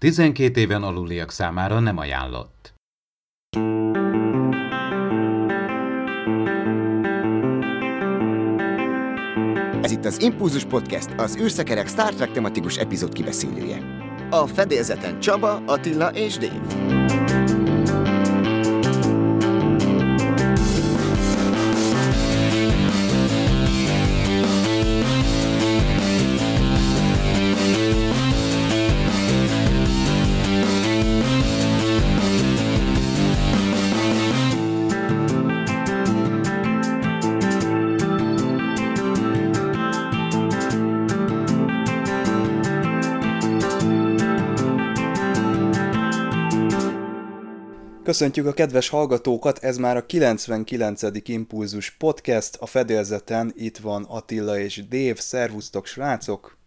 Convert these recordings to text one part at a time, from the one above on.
12 éven aluliak számára nem ajánlott. Ez itt az Impulzus Podcast, az űrszekerek Star Trek tematikus epizód kibeszélője. A fedélzeten Csaba, Attila és Dave. Köszöntjük a kedves hallgatókat, ez már a 99. Impulzus Podcast, a fedélzeten itt van Attila és Dave, szervusztok srácok!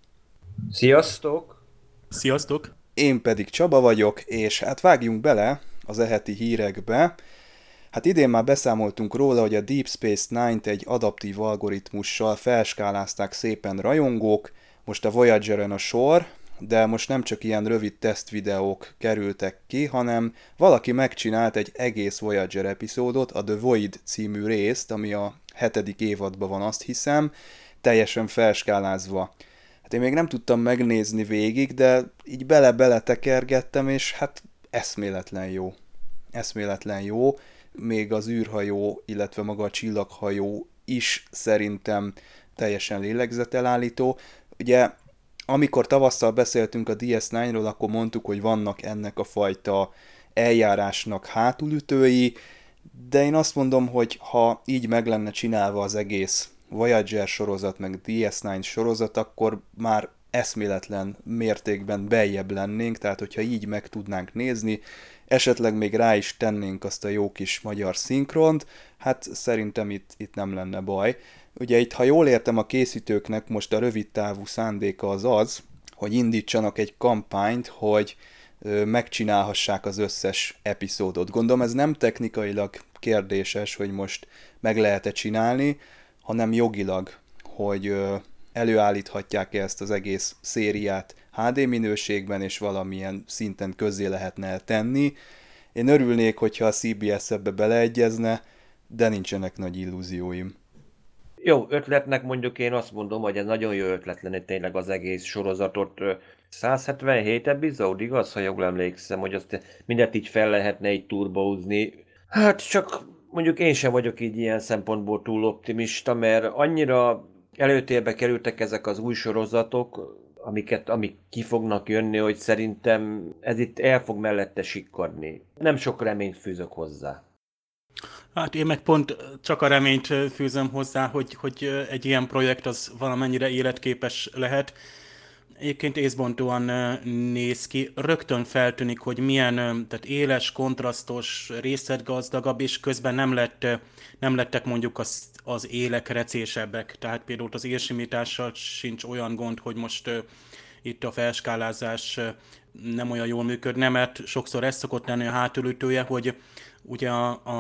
Sziasztok! Sziasztok! Én pedig Csaba vagyok, és hát vágjunk bele az eheti hírekbe. Hát idén már beszámoltunk róla, hogy a Deep Space Nine-t egy adaptív algoritmussal felskálázták szépen rajongók, most a Voyager-en a sor, de most nem csak ilyen rövid tesztvideók kerültek ki, hanem valaki megcsinált egy egész Voyager epizódot, a The Void című részt, ami a 7. évadban van, azt hiszem, teljesen felskálázva. Hát én még nem tudtam megnézni végig, de így bele-bele tekergettem, és hát eszméletlen jó. Eszméletlen jó. Még az űrhajó, illetve maga a csillaghajó is szerintem teljesen lélegzetelállító. Ugye amikor tavasszal beszéltünk a DS9-ról, akkor mondtuk, hogy vannak ennek a fajta eljárásnak hátulütői, de én azt mondom, hogy ha így meg lenne csinálva az egész Voyager sorozat, meg DS9 sorozat, akkor már eszméletlen mértékben beljebb lennénk, tehát hogyha így meg tudnánk nézni, esetleg még rá is tennénk azt a jó kis magyar szinkront, hát szerintem itt nem lenne baj. Ugye itt, ha jól értem, a készítőknek most a rövid távú szándéka az, hogy indítsanak egy kampányt, hogy megcsinálhassák az összes epizódot. Gondolom ez nem technikailag kérdéses, hogy most meg lehet-e csinálni, hanem jogilag, hogy előállíthatják-e ezt az egész szériát HD minőségben, és valamilyen szinten közzé lehetne tenni. Én örülnék, hogyha a CBS ebbe beleegyezne, de nincsenek nagy illúzióim. Jó ötletnek mondjuk én azt mondom, hogy ez nagyon jó ötlet lenne tényleg az egész sorozatot. 177 epizód, igaz, ha jól emlékszem, hogy azt mindent így fel lehetne így turbózni. Hát csak mondjuk én sem vagyok így ilyen szempontból túl optimista, mert annyira előtérbe kerültek ezek az új sorozatok, amik ki fognak jönni, hogy szerintem ez itt el fog mellette sikkadni. Nem sok reményt fűzök hozzá. Hát én meg pont csak a reményt fűzöm hozzá, hogy egy ilyen projekt az valamennyire életképes lehet. Egyébként észbontóan néz ki, rögtön feltűnik, hogy milyen tehát éles, kontrasztos, részletgazdagabb, és közben nem lettek mondjuk az élek recésebbek. Tehát például az érsimítással sincs olyan gond, hogy most itt a felskálázás nem olyan jól működne, mert sokszor ez szokott lenni a hátulütője, hogy ugye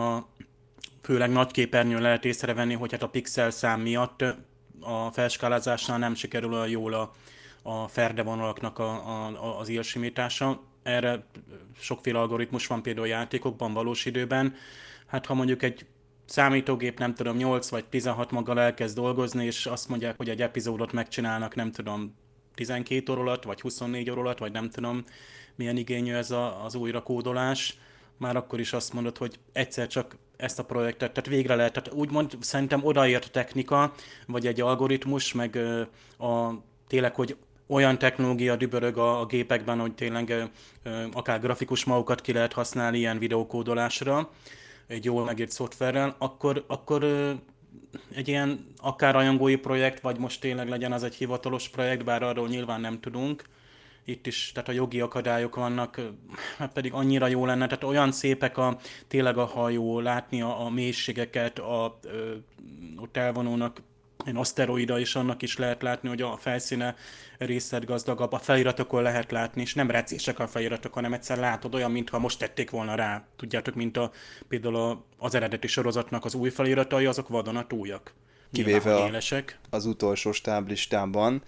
főleg nagy képernyőn lehet észrevenni, hogy hát a pixel szám miatt a felskálázásnál nem sikerül olyan jól a ferdevonalaknak az érsimítása. Erre sokféle algoritmus van például játékokban, valós időben. Hát ha mondjuk egy számítógép, nem tudom, 8 vagy 16 maggal elkezd dolgozni, és azt mondják, hogy egy epizódot megcsinálnak, nem tudom, 12 óra alatt, vagy 24 óra alatt, vagy nem tudom, milyen igényű ez az újrakódolás, már akkor is azt mondod, hogy egyszer csak ezt a projektet, tehát végre lehet, tehát úgymond szerintem odaért technika, vagy egy algoritmus, meg tényleg, hogy olyan technológia dübörög a gépekben, hogy tényleg akár grafikus magokat ki lehet használni ilyen videókódolásra, egy jól megírt szoftverrel, akkor egy ilyen akár rajongói projekt, vagy most tényleg legyen az egy hivatalos projekt, bár arról nyilván nem tudunk, itt is, tehát a jogi akadályok vannak, hát pedig annyira jó lenne, tehát olyan szépek tényleg a hajó, látni a mélységeket, ott elvonulnak egy aszteroida, és annak is lehet látni, hogy a felszíne részletgazdagabb, a feliratokon lehet látni, és nem recések a feliratok, hanem egyszer látod olyan, mintha most tették volna rá. Tudjátok, mint például az eredeti sorozatnak az új feliratai, azok vadonatújak. Kivéve az utolsó stáblistában.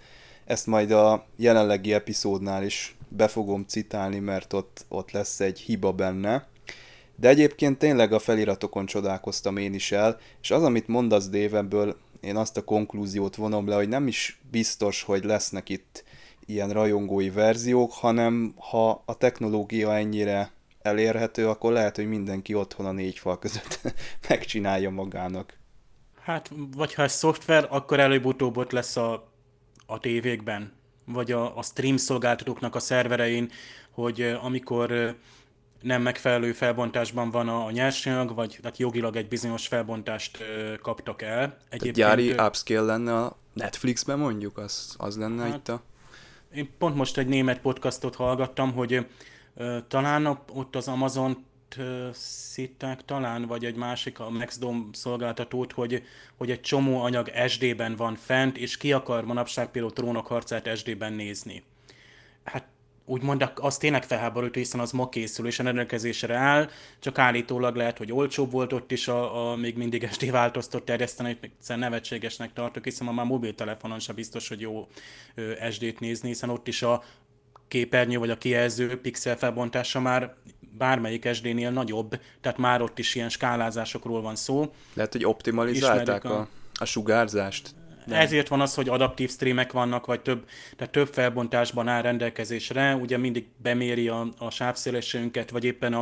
ezt majd a jelenlegi epizódnál is be fogom citálni, mert ott lesz egy hiba benne. De egyébként tényleg a feliratokon csodálkoztam én is el, és az, amit mondasz, Dave, ebből én azt a konklúziót vonom le, hogy nem is biztos, hogy lesznek itt ilyen rajongói verziók, hanem ha a technológia ennyire elérhető, akkor lehet, hogy mindenki otthon a 4 fal között megcsinálja magának. Hát, vagy ha ez szoftver, akkor előbb-utóbb ott lesz a tévékben, vagy a stream szolgáltatóknak a szerverein, hogy amikor nem megfelelő felbontásban van a nyersanyag, vagy tehát jogilag egy bizonyos felbontást kaptak el. Egyébként gyári upscale lenne a Netflixben mondjuk, az lenne hát, itt a... Én pont most egy német podcastot hallgattam, hogy talán ott az Amazon szitták talán, vagy egy másik, a Maxdome szolgáltatót, hogy egy csomó anyag SD-ben van fent, és ki akar manapság például Trónok harcát SD-ben nézni. Hát úgymond az tényleg felháborító, hiszen az ma készül, és a rendelkezésre áll, csak állítólag lehet, hogy olcsóbb volt ott is a még mindig SD változtat terjeszteni, hogy egyszerűen nevetségesnek tartok, hiszen már mobiltelefonon sem biztos, hogy jó SD-t nézni, hiszen ott is a képernyő vagy a kijelző pixel felbontása már bármelyik SD-nél nagyobb, tehát már ott is ilyen skálázásokról van szó. Lehet, hogy optimalizálták a sugárzást. Nem. Ezért van az, hogy adaptív streamek vannak, vagy több felbontásban áll rendelkezésre, ugye mindig beméri a sávszélességünket, vagy éppen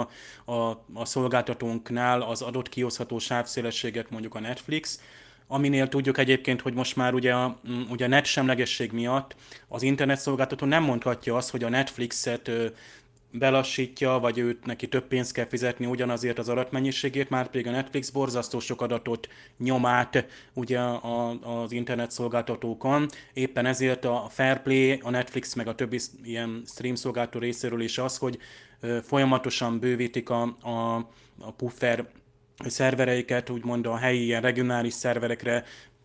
a szolgáltatónknál az adott kihozható sávszélességet, mondjuk a Netflix, aminél tudjuk egyébként, hogy most már ugye a net semlegesség miatt az internetszolgáltató nem mondhatja azt, hogy a Netflixet belassítja, vagy neki több pénzt kell fizetni ugyanazért az adatmennyiségért, már pedig a Netflix borzasztó sok adatot nyom át ugye az internetszolgáltatókon. Éppen ezért a Fairplay, a Netflix meg a többi ilyen stream szolgáltató részéről is az, hogy folyamatosan bővítik a puffer szervereiket, úgymond a helyi ilyen regionális szerverekre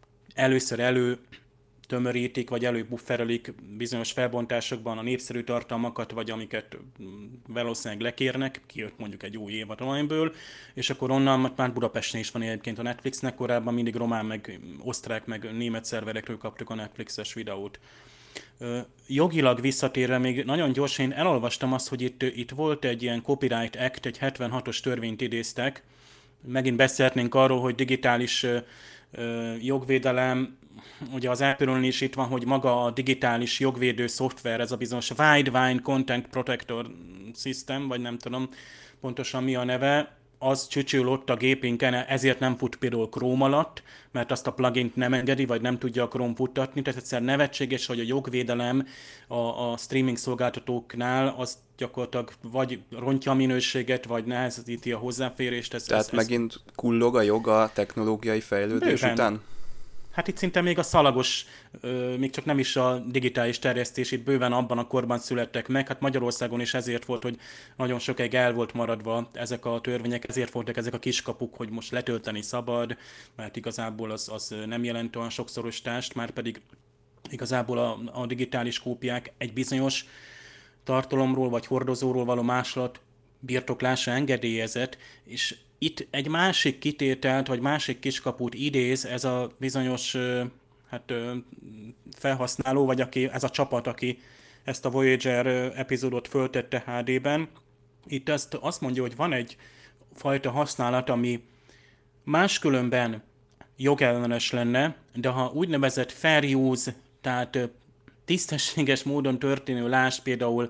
először tömörítik, vagy előbufferelik bizonyos felbontásokban a népszerű tartalmakat, vagy amiket valószínűleg lekérnek, kijött mondjuk egy új évad valamiből, és akkor onnan már Budapesten is van egyébként a Netflixnek, korábban mindig román, meg osztrák, meg német szerverekről kaptuk a Netflixes videót. Jogilag visszatérve még nagyon gyorsan én elolvastam azt, hogy itt volt egy ilyen Copyright Act, egy 76-os törvényt idéztek, megint beszélhetnénk arról, hogy digitális jogvédelem, ugye az Apple-on is itt van, hogy maga a digitális jogvédő szoftver, ez a bizonyos Widevine Content Protector System, vagy nem tudom pontosan mi a neve, az csücsül ott a gépinken, ezért nem fut például Chrome alatt, mert azt a plugint nem engedi, vagy nem tudja a Chrome futtatni, tehát egyszer nevetséges, hogy a jogvédelem a streaming szolgáltatóknál az gyakorlatilag vagy rontja a minőséget, vagy nehezíti a hozzáférést. Tehát megint kullog a jog a technológiai fejlődés után? Hát itt szinte még a szalagos, még csak nem is a digitális terjesztés, itt bőven abban a korban születtek meg. Hát Magyarországon is ezért volt, hogy nagyon sokáig el volt maradva ezek a törvények, ezért voltak ezek a kiskapuk, hogy most letölteni szabad, mert igazából az nem jelent olyan sokszorosítást, már pedig igazából a digitális kópiák egy bizonyos tartalomról vagy hordozóról való másolat birtoklása engedélyezett, és itt egy másik kitételt, vagy másik kiskaput idéz ez a bizonyos felhasználó, vagy ez a csapat, aki ezt a Voyager epizódot föltette HD-ben. Itt azt mondja, hogy van egy fajta használat, ami máskülönben jogellenes lenne, de ha úgynevezett fair use, tehát tisztességes módon történő, lásd például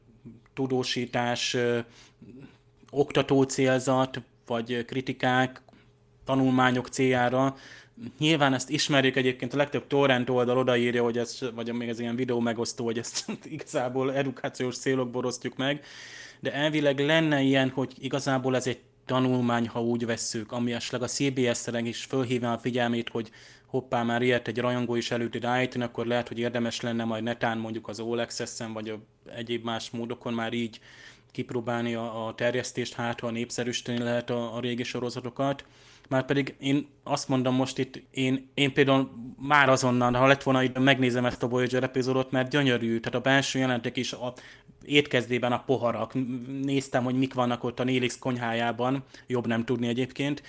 tudósítás, oktató célzat, vagy kritikák, tanulmányok céljára. Nyilván ezt ismerjük egyébként, a legtöbb torrent oldal odaírja, hogy ez, vagy még ez ilyen videó megosztó, hogy ezt igazából edukációs célokból osztjuk meg, de elvileg lenne ilyen, hogy igazából ez egy tanulmány, ha úgy vesszük, ami esetleg a CBS-re is fölhívja a figyelmét, hogy hoppá, már ilyet egy rajongó is elő tud állítani, akkor lehet, hogy érdemes lenne majd netán mondjuk az All Access-en, vagy egyéb más módokon már így kipróbálni a terjesztést, hát ha népszerűsíteni lehet a régi sorozatokat. Márpedig én azt mondom most itt, én például már azonnal, ha lett volna időm, megnézem ezt a Voyager epizódot, mert gyönyörű, tehát a belső jelentek is a étkezdében a poharak. Néztem, hogy mik vannak ott a Nélix konyhájában, jobb nem tudni egyébként,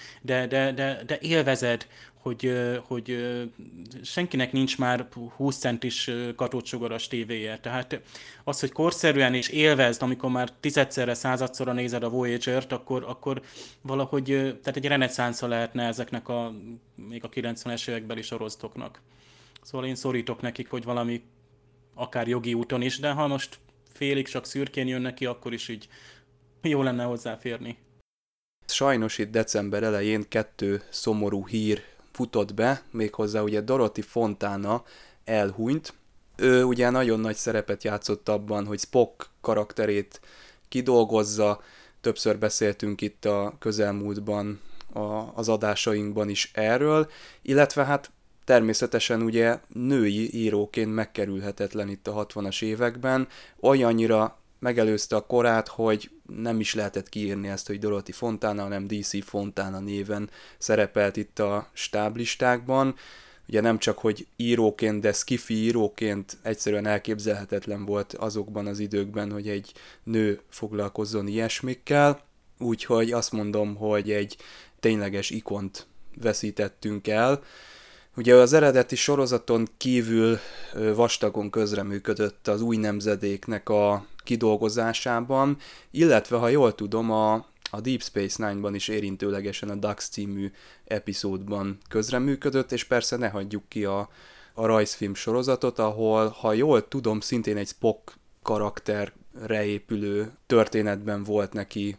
de élvezed, hogy senkinek nincs már 20 centis katócsugaras tévéje. Tehát az, hogy korszerűen és élvezd, amikor már 10-szerre, 100-szorra nézed a Voyager-t, akkor valahogy, tehát egy reneszánsza lehetne ezeknek még a 90-es évekbeli sorozatoknak. Szóval én szorítok nekik, hogy valami akár jogi úton is, de ha most félig csak szürkén jön neki, akkor is így jó lenne hozzáférni. Sajnos itt december elején 2 szomorú hír futott be, méghozzá ugye Dorothy Fontana elhunyt. Ő ugye nagyon nagy szerepet játszott abban, hogy Spock karakterét kidolgozza, többször beszéltünk itt a közelmúltban az adásainkban is erről, illetve hát természetesen ugye női íróként megkerülhetetlen itt a 60-as években, olyannyira megelőzte a korát, hogy nem is lehetett kiírni ezt, hogy Dorothy Fontana, hanem DC Fontana néven szerepelt itt a stáblistákban. Ugye nem csak, hogy íróként, de sci-fi íróként egyszerűen elképzelhetetlen volt azokban az időkben, hogy egy nő foglalkozzon ilyesmikkel. Úgyhogy azt mondom, hogy egy tényleges ikont veszítettünk el. Ugye az eredeti sorozaton kívül vastagon közreműködött az új nemzedéknek a kidolgozásában, illetve, ha jól tudom, a Deep Space Nine-ban is érintőlegesen a Dax című epizódban közreműködött, és persze ne hagyjuk ki a rajzfilm sorozatot, ahol, ha jól tudom, szintén egy Spock karakterre épülő történetben volt neki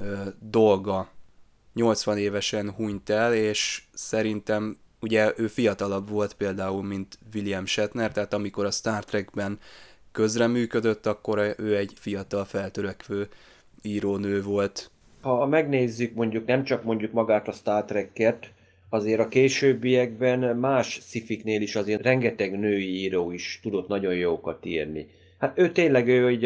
dolga. 80 évesen hunyt el, és szerintem ugye ő fiatalabb volt például, mint William Shatner, tehát amikor a Star Trekben közreműködött, akkor ő egy fiatal feltörekvő írónő volt. Ha megnézzük nem csak magát a Star Trek-et, azért a későbbiekben más sci-fiknél is azért rengeteg női író is tudott nagyon jókat írni. Hát ő tényleg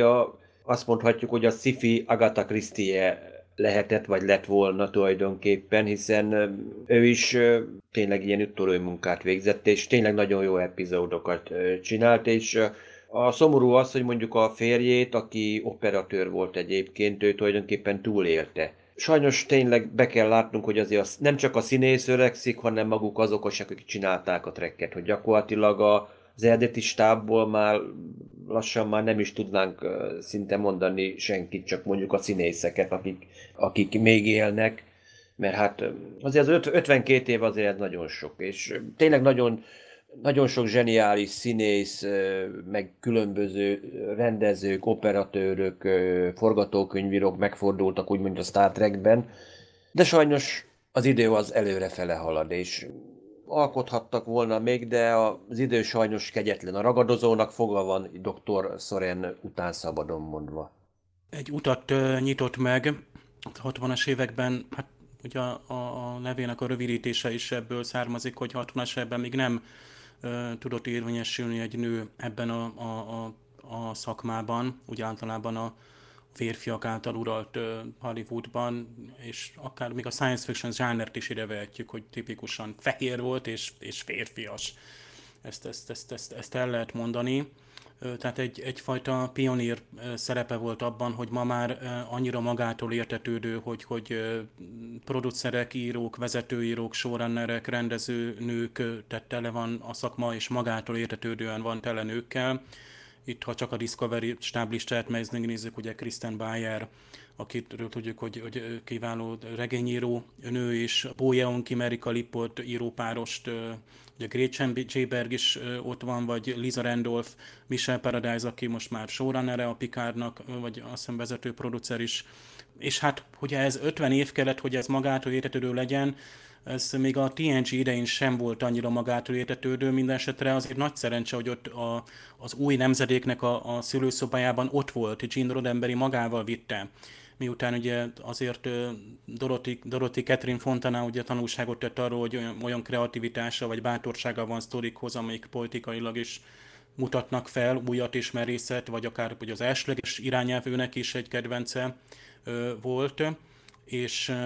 azt mondhatjuk, hogy a sci-fi Agatha Christie lehetett, vagy lett volna tulajdonképpen, hiszen ő is tényleg ilyen úttörő munkát végzett, és tényleg nagyon jó epizódokat csinált, és a szomorú az, hogy mondjuk a férjét, aki operatőr volt egyébként, ő tulajdonképpen túlélte. Sajnos tényleg be kell látnunk, hogy azért nem csak a színész öregszik, hanem maguk azok, akik csinálták a Trekket, hogy gyakorlatilag az eredeti stábból már lassan már nem is tudnánk szinte mondani senkit, csak mondjuk a színészeket, akik még élnek, mert hát azért az 52 év azért nagyon sok, és tényleg nagyon sok zseniális színész, meg különböző rendezők, operatőrök, forgatókönyvírók megfordultak úgymond a Star Trekben, de sajnos az idő az előrefele halad, és alkothattak volna még, de az idő sajnos kegyetlen. A ragadozónak foga van Dr. Soren után szabadon mondva. Egy utat nyitott meg a 60-as években, hát ugye a nevének a rövidítése is ebből származik, hogy 60-as években még nem tudott érvényesülni egy nő ebben a szakmában, ugye általában a férfiak által uralt Hollywoodban, és akár még a science fiction zsánert is ide vehetjük, hogy tipikusan fehér volt és férfias. Ezt el lehet mondani. Tehát egyfajta pionír szerepe volt abban, hogy ma már annyira magától értetődő, hogy producerek, írók, vezetőírók, showrunnerek, rendezőnők, tehát tele van a szakma, és magától értetődően van tele nőkkel. Itt, ha csak a Discovery stáblistát megnézzük, ugye Kristen Beyer, akitől tudjuk, hogy kiváló regényíró nő is, Bo Yeon-ki, Marika Lippot írópárost, ugye Gretchen J. Berg is ott van, vagy Lisa Randolph, Michelle Paradise, aki most már showrunnere a Picardnak, vagy azt hiszem vezető producer is. És hát, ugye ez 50 év kellett, hogy ez magától értetődő legyen, ez még a TNG idején sem volt annyira magától értetődő, minden esetre azért nagy szerencse, hogy ott az új nemzedéknek a szülőszobájában ott volt, Gene Roddenberry magával vitte. Miután ugye azért Dorothy Catherine Fontana ugye tanulságot tett arról, hogy olyan kreativitása vagy bátorsága van sztorikhoz, amelyik politikailag is mutatnak fel újat és merészet, vagy akár hogy az elsőleges irányelvőnek is egy kedvence volt, és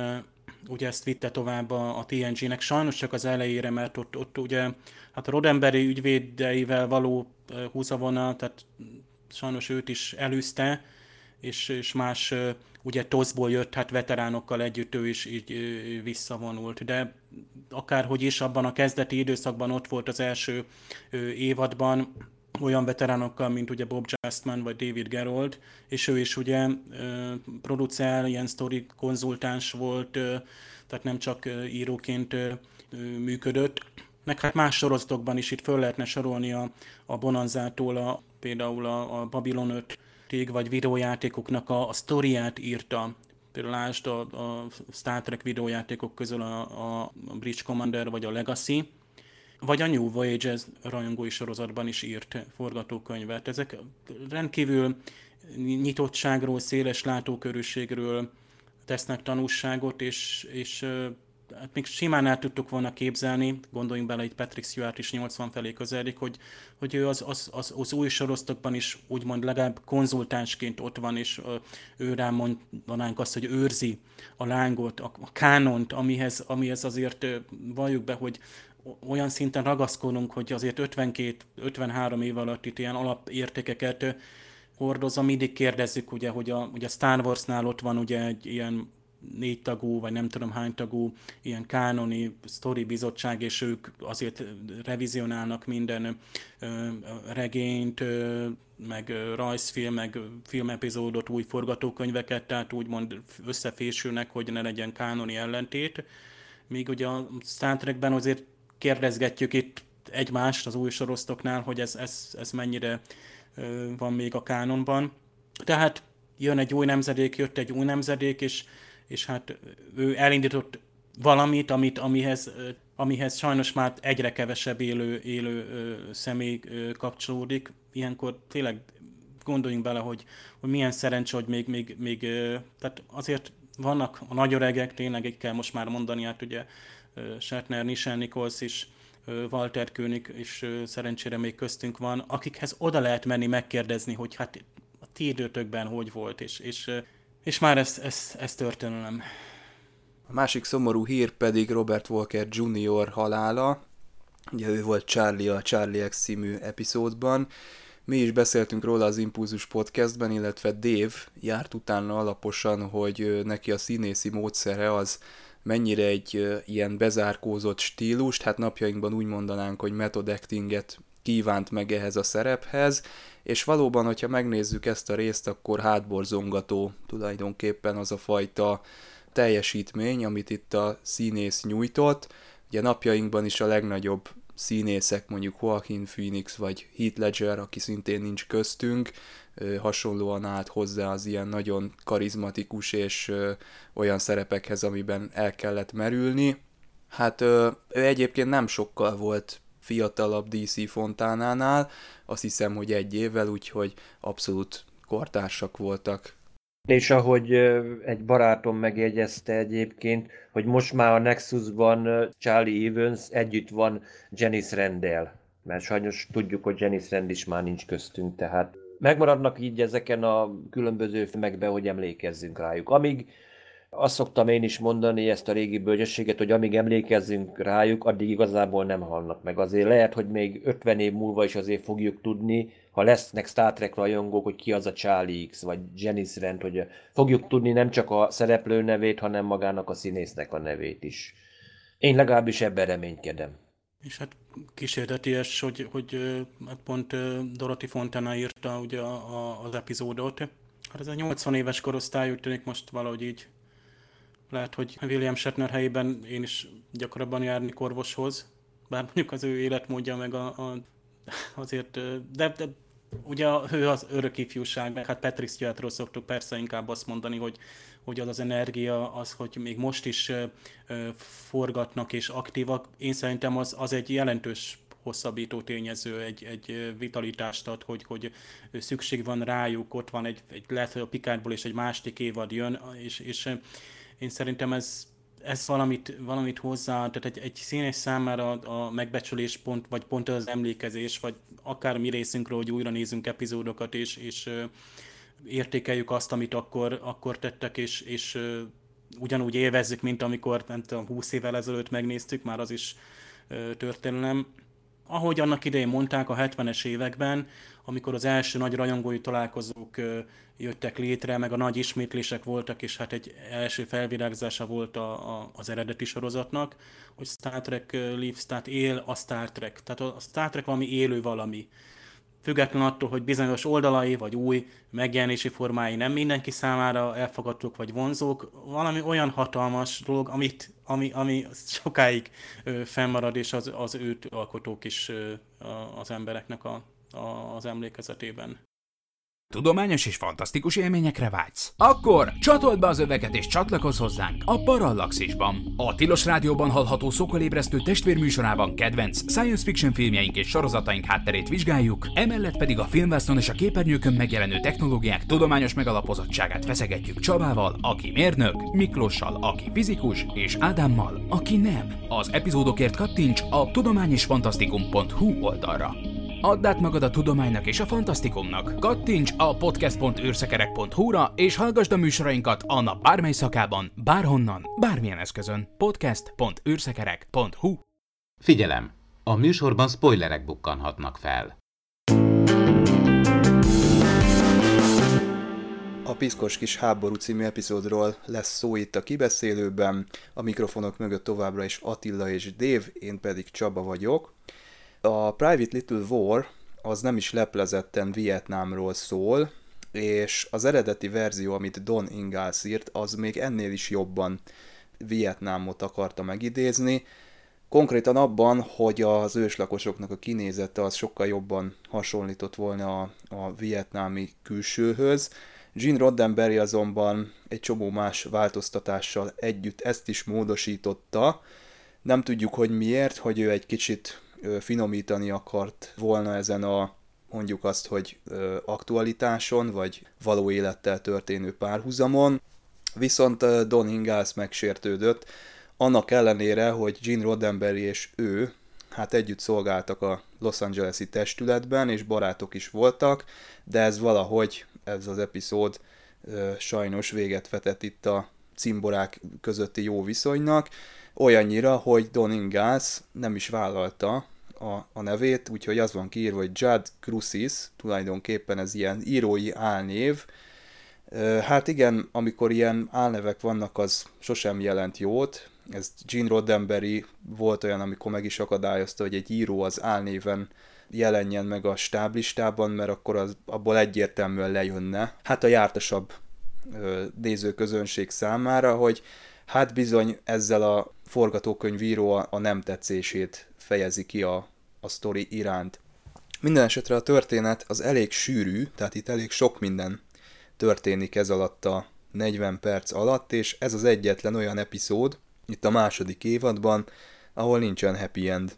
ugye ezt vitte tovább a TNG-nek, sajnos csak az elejére, mert ott ugye hát a Roddenberry ügyvédeivel való húzavona, tehát sajnos őt is elűzte, és más ugye TOS-ból jött, hát veteránokkal együtt ő is így visszavonult, de akárhogy is abban a kezdeti időszakban ott volt az első évadban, olyan veteránokkal, mint ugye Bob Justman vagy David Gerrold, és ő is ugye producer, ilyen sztori konzultáns volt, tehát nem csak íróként működött. Meg hát más sorozatokban is itt föl lehetne sorolni a Bonanzától, például a Babylon 5-ig, vagy videójátékoknak a sztoriát írta. Például lásd a Star Trek videójátékok közül a Bridge Commander vagy a Legacy, vagy a New Voyages rajongói sorozatban is írt forgatókönyvet. Ezek rendkívül nyitottságról, széles látókörűségről tesznek tanúságot, és hát még simán el tudtuk volna képzelni, gondoljunk bele, hogy Patrick Stewart is 80 felé közeledik, hogy ő az új sorozatokban is úgymond legalább konzultánsként ott van, és ő rá mondanánk azt, hogy őrzi a lángot, a kánont, amihez azért valljuk be, hogy olyan szinten ragaszkodunk, hogy azért 52-53 év alatt itt ilyen alapértékeket hordozza. Mindig kérdezzük, ugye, hogy a Star Warsnál ott van ugye egy ilyen 4 tagú, vagy nem tudom hány tagú ilyen kánoni sztori bizottság, és ők azért revizionálnak minden regényt, meg rajzfilm, meg filmepizódot, új forgatókönyveket, tehát úgymond összefésülnek, hogy ne legyen kánoni ellentét. Míg ugye a Star Trekben azért kérdezgetjük itt egymást az új sorozatoknál, hogy ez mennyire van még a kánonban. Tehát jött egy új nemzedék, és hát ő elindított valamit, amihez sajnos már egyre kevesebb élő személy kapcsolódik. Ilyenkor tényleg gondoljunk bele, hogy milyen szerencsé, hogy még tehát azért vannak a nagy öregek, tényleg így kell most már mondani, hát ugye Shatner, Nichelle Nichols is, Walter Koenig is szerencsére még köztünk van, akikhez oda lehet menni megkérdezni, hogy hát a ti időtökben hogy volt, és már ez történelem. A másik szomorú hír pedig Robert Walker Jr. halála. Ugye ő volt Charlie a Charlie X című epizódban. Mi is beszéltünk róla az Impulzus podcastben, illetve Dave járt utána alaposan, hogy neki a színészi módszere az mennyire egy ilyen bezárkózott stílust, hát napjainkban úgy mondanánk, hogy method actinget kívánt meg ehhez a szerephez, és valóban, hogyha megnézzük ezt a részt, akkor hátborzongató tulajdonképpen az a fajta teljesítmény, amit itt a színész nyújtott. Ugye napjainkban is a legnagyobb színészek, mondjuk Joaquin Phoenix vagy Heath Ledger, aki szintén nincs köztünk, hasonlóan állt hozzá az ilyen nagyon karizmatikus és olyan szerepekhez, amiben el kellett merülni. Hát ő egyébként nem sokkal volt fiatalabb DC Fontánánál, azt hiszem, hogy 1 évvel, úgyhogy abszolút kortársak voltak. És ahogy egy barátom megjegyezte egyébként, hogy most már a Nexusban Charlie Evans együtt van Janice Randall, mert sajnos tudjuk, hogy Janice Rand is már nincs köztünk, tehát megmaradnak így ezeken a különböző filmekben, hogy emlékezzünk rájuk. Amíg azt szoktam én is mondani, ezt a régi bölcsességet, hogy amíg emlékezzünk rájuk, addig igazából nem halnak meg. Azért lehet, hogy még 50 év múlva is azért fogjuk tudni, ha lesznek Star Trek rajongók, hogy ki az a Charlie X, vagy Janice Rand, hogy fogjuk tudni nem csak a szereplő nevét, hanem magának a színésznek a nevét is. Én legalábbis ebben reménykedem. És hát kísérteties, hogy hát pont Dorothy Fontana írta ugye az epizódot. Hát ez a 80 éves korosztály úgy tűnik most valahogy így. Lehet, hogy William Shatner helyében én is gyakrabban járni orvoshoz, bár mondjuk az ő életmódja meg azért, de ugye ő az örök ifjúság, meg hát Patrick Stewartról szoktuk persze inkább azt mondani, hogy az energia, az, hogy még most is forgatnak és aktívak, én szerintem az egy jelentős hosszabbító tényező, egy vitalitást ad, hogy szükség van rájuk, ott van lehet, hogy a Picardból és egy másik évad jön, és én szerintem ez valamit hozzá, tehát egy színész számára a megbecsülés pont, vagy pont az emlékezés, vagy akár mi részünkről, hogy újra nézzünk epizódokat, és értékeljük azt, amit akkor tettek, és ugyanúgy élvezzük, mint amikor, nem tudom, 20 évvel ezelőtt megnéztük, már az is történelem. Ahogy annak idején mondták a 70-es években, amikor az első nagy rajongói találkozók jöttek létre, meg a nagy ismétlések voltak, és hát egy első felvirágzása volt az eredeti sorozatnak, hogy Star Trek lives, tehát él a Star Trek. Tehát a Star Trek valami élő valami. Független attól, hogy bizonyos oldalai vagy új megjelenési formái nem mindenki számára elfogadók vagy vonzók, valami olyan hatalmas dolog, ami sokáig fennmarad, és az őt alkotók is az embereknek az emlékezetében. Tudományos és fantasztikus élményekre vágysz? Akkor csatold be az öveket és csatlakozz hozzánk a Parallaxisban. A Tilos Rádióban hallható szokolébresztő testvérműsorában kedvenc science fiction filmjeink és sorozataink hátterét vizsgáljuk, emellett pedig a filmvásznon és a képernyőkön megjelenő technológiák tudományos megalapozottságát feszegetjük Csabával, aki mérnök, Miklóssal, aki fizikus, és Ádámmal, aki nem. Az epizódokért kattints a tudományisfantasztikum.hu oldalra. Add át magad a tudománynak és a fantasztikumnak. Kattints a podcast.űrszekerek.hu-ra és hallgasd a műsorainkat a nap bármely szakában, bárhonnan, bármilyen eszközön. podcast.űrszekerek.hu. Figyelem! A műsorban spoilerek bukkanhatnak fel. A Piszkos kis háború című epizódról lesz szó itt a kibeszélőben, a mikrofonok mögött továbbra is Attila és Dave, én pedig Csaba vagyok. A Private Little War az nem is leplezetten Vietnámról szól, és az eredeti verzió, amit Don Ingalls írt, az még ennél is jobban Vietnámot akarta megidézni. Konkrétan abban, hogy az őslakosoknak a kinézete az sokkal jobban hasonlított volna a vietnámi külsőhöz. Gene Roddenberry azonban egy csomó más változtatással együtt ezt is módosította. Nem tudjuk, hogy miért, hogy ő egy kicsit finomítani akart volna ezen a, mondjuk azt, hogy aktualitáson, vagy való élettel történő párhuzamon. Viszont Don Ingalls megsértődött, annak ellenére, hogy Gene Roddenberry és ő hát együtt szolgáltak a Los Angeles-i testületben, és barátok is voltak, de ez valahogy, ez az epizód sajnos véget vetett itt a cimborák közötti jó viszonynak, olyannyira, hogy Don Ingalls nem is vállalta a nevét, úgyhogy az van kiírva, hogy Judd Crucis, tulajdonképpen ez ilyen írói álnév. Hát igen, amikor ilyen álnevek vannak, az sosem jelent jót. Ez Gene Roddenberry volt olyan, amikor meg is akadályozta, hogy egy író az álnéven jelenjen meg a stáblistában, mert akkor abból egyértelműen lejönne. Hát a jártasabb nézőközönség számára, hogy hát bizony ezzel a forgatókönyvíró a nem tetszését fejezi ki a sztori iránt. Minden esetre a történet az elég sűrű, tehát itt elég sok minden történik ez alatt a 40 perc alatt, és ez az egyetlen olyan epizód, itt a második évadban, ahol nincsen happy end.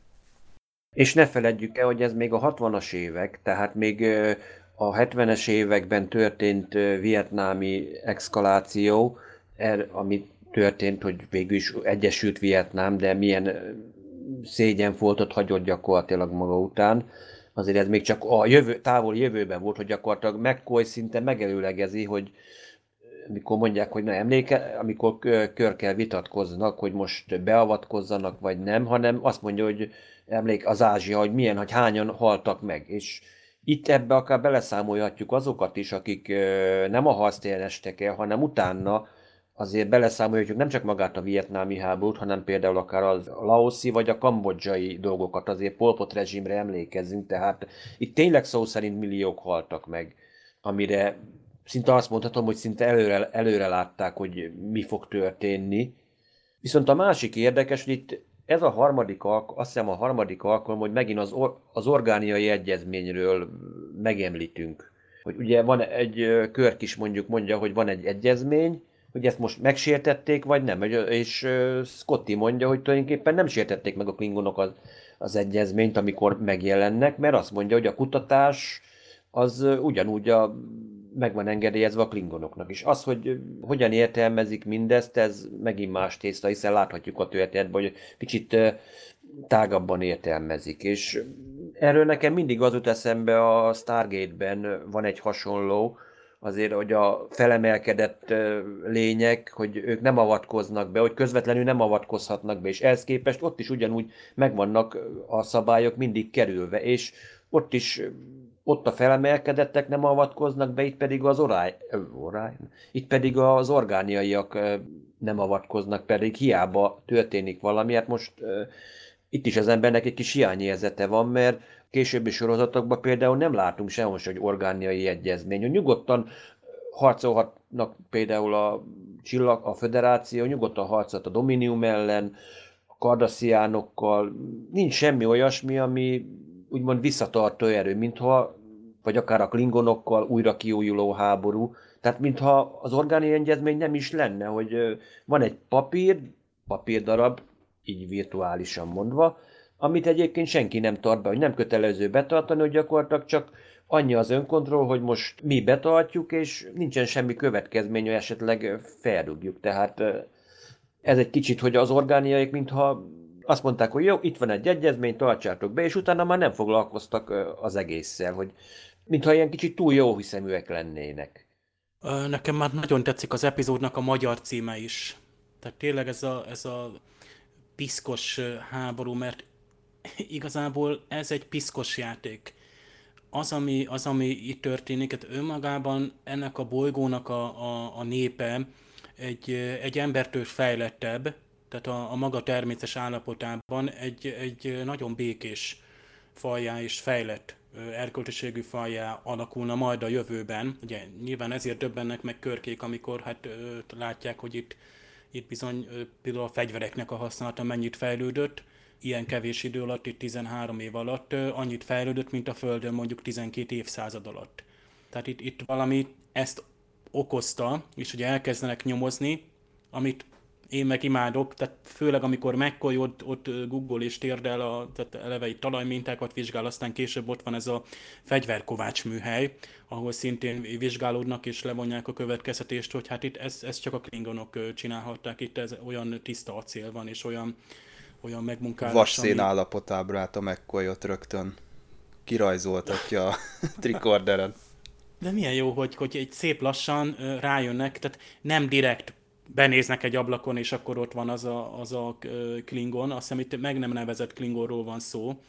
És ne feledjük el, hogy ez még a 60-as évek, tehát még a 70-es években történt vietnámi exkaláció, ami történt, hogy végül is egyesült Vietnám, de milyen szégyenfoltot hagyott gyakorlatilag maga után. Azért ez még csak a távoli jövőben volt, hogy gyakorlatilag McCoy szinte megelőlegezi, hogy amikor mondják, hogy amikor Kirkkel vitatkoznak, hogy most beavatkozzanak vagy nem, hanem azt mondja, hogy az Ázsia, hogy hányan haltak meg. És itt ebbe akár beleszámolhatjuk azokat is, akik nem a harctéren estek el, hanem utána azért beleszámolhatjuk nem csak magát a vietnámi háborút, hanem például akár a laoszi vagy a kambodzsai dolgokat, azért Pol Pot rezsimre emlékezzünk, tehát itt tényleg szó szerint milliók haltak meg, amire szinte azt mondhatom, hogy szinte előre látták, hogy mi fog történni. Viszont a másik érdekes, hogy itt ez a harmadik alkalom, hogy megint az orgániai egyezményről megemlítünk. Hogy ugye van egy Kirk is mondja, hogy van egy egyezmény, hogy ezt most megsértették, vagy nem. És Scotty mondja, hogy tulajdonképpen nem sértették meg a klingonok az egyezményt, amikor megjelennek, mert azt mondja, hogy a kutatás az ugyanúgy meg van engedélyezve a klingonoknak is. Az, hogy hogyan értelmezik mindezt, ez megint más tészta, hiszen láthatjuk a történetben, hogy kicsit tágabban értelmezik. És erről nekem mindig az jut eszembe, a Stargate-ben van egy hasonló, azért, hogy a felemelkedett lények, hogy ők nem avatkoznak be, hogy közvetlenül nem avatkozhatnak be, és ehhez képest ott is ugyanúgy megvannak a szabályok mindig kerülve, és ott is ott a felemelkedettek nem avatkoznak be, itt pedig itt pedig az orgániaiak nem avatkoznak, pedig hiába történik valami. Hát most itt is az embernek egy kis hiányérzete van, mert későbbi sorozatokban például nem látunk sehol se, hogy orgániai egyezmény. Hogy nyugodtan harcolhatnak például a Föderáció, nyugodtan harcolt a Dominium ellen, a Cardassiánokkal. Nincs semmi olyasmi, ami úgymond visszatartó erő, mintha, vagy akár a Klingonokkal újra kiújuló háború. Tehát mintha az orgániai egyezmény nem is lenne, hogy van egy papírdarab, így virtuálisan mondva, amit egyébként senki nem tart be, hogy nem kötelező betartani, hogy gyakorlatilag csak annyi az önkontroll, hogy most mi betartjuk, és nincsen semmi következmény, hogy esetleg felrúgjuk. Tehát ez egy kicsit, hogy az orgániaik mintha azt mondták, hogy jó, itt van egy egyezmény, tartsátok be, és utána már nem foglalkoztak az egésszel, hogy mintha ilyen kicsit túl jó hiszeműek lennének. Nekem már nagyon tetszik az epizódnak a magyar címe is. Tehát tényleg ez a piszkos háború, mert igazából ez egy piszkos játék. Az, ami itt történik, hát önmagában ennek a bolygónak a népe egy embertől fejlettebb, tehát a maga természetes állapotában egy nagyon békés fajjá és fejlett erkölcsiségű fajjá alakulna majd a jövőben. Ugye nyilván ezért döbbennek meg Körkék, amikor hát látják, hogy itt bizony például a fegyvereknek a használata mennyit fejlődött, ilyen kevés idő alatt, itt 13 év alatt annyit fejlődött, mint a Földön mondjuk 12 évszázad alatt. Tehát itt valami ezt okozta, és ugye elkezdenek nyomozni, amit én meg imádok, tehát főleg amikor McCoy ott Google és térdel, tehát eleve itt talajmintákat vizsgál, aztán később ott van ez a fegyverkovács műhely, ahol szintén vizsgálódnak és levonják a következtetést, hogy hát itt ezt csak a Klingonok csinálhatták, itt ez olyan tiszta acél van, és olyan megmunkálás. Vasszén állapotában állt a McCoy ott rögtön kirajzoltatja a trikorderen. De milyen jó, hogy egy szép lassan rájönnek, tehát nem direkt benéznek egy ablakon, és akkor ott van az a Klingon. Azt hiszem, itt meg nem nevezett Klingonról van szó.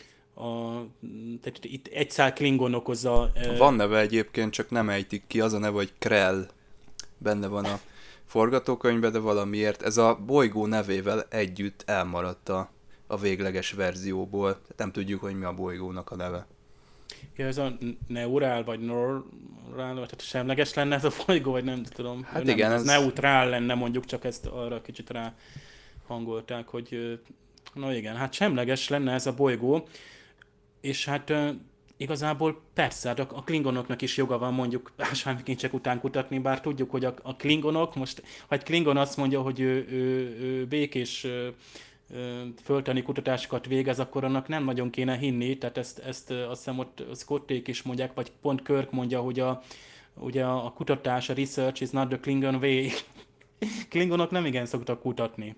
Tehát itt egy szál Klingon okozza... Van neve egyébként, csak nem ejtik ki. Az a neve, hogy Krell. Benne van a forgatókönyvben, de valamiért ez a bolygó nevével együtt elmaradt a végleges verzióból. Tehát nem tudjuk, hogy mi a bolygónak a neve. Ja, ez a neurál, vagy norál, tehát semleges lenne ez a bolygó, vagy nem tudom. Hát nem, igen, ez neutrál lenne mondjuk, csak ezt arra kicsit rá hangolták, hogy na igen, hát semleges lenne ez a bolygó, és hát igazából persze, hát a klingonoknak is joga van mondjuk ásványkincsek után kutatni, bár tudjuk, hogy a klingonok, most ha egy klingon azt mondja, hogy ő békés földtani kutatásokat végez, akkor annak nem nagyon kéne hinni, tehát ezt azt hiszem ott Scotték is mondják, vagy pont Kirk mondja, hogy ugye a kutatás, a research is not the Klingon way. Klingonok nem igen szoktak kutatni.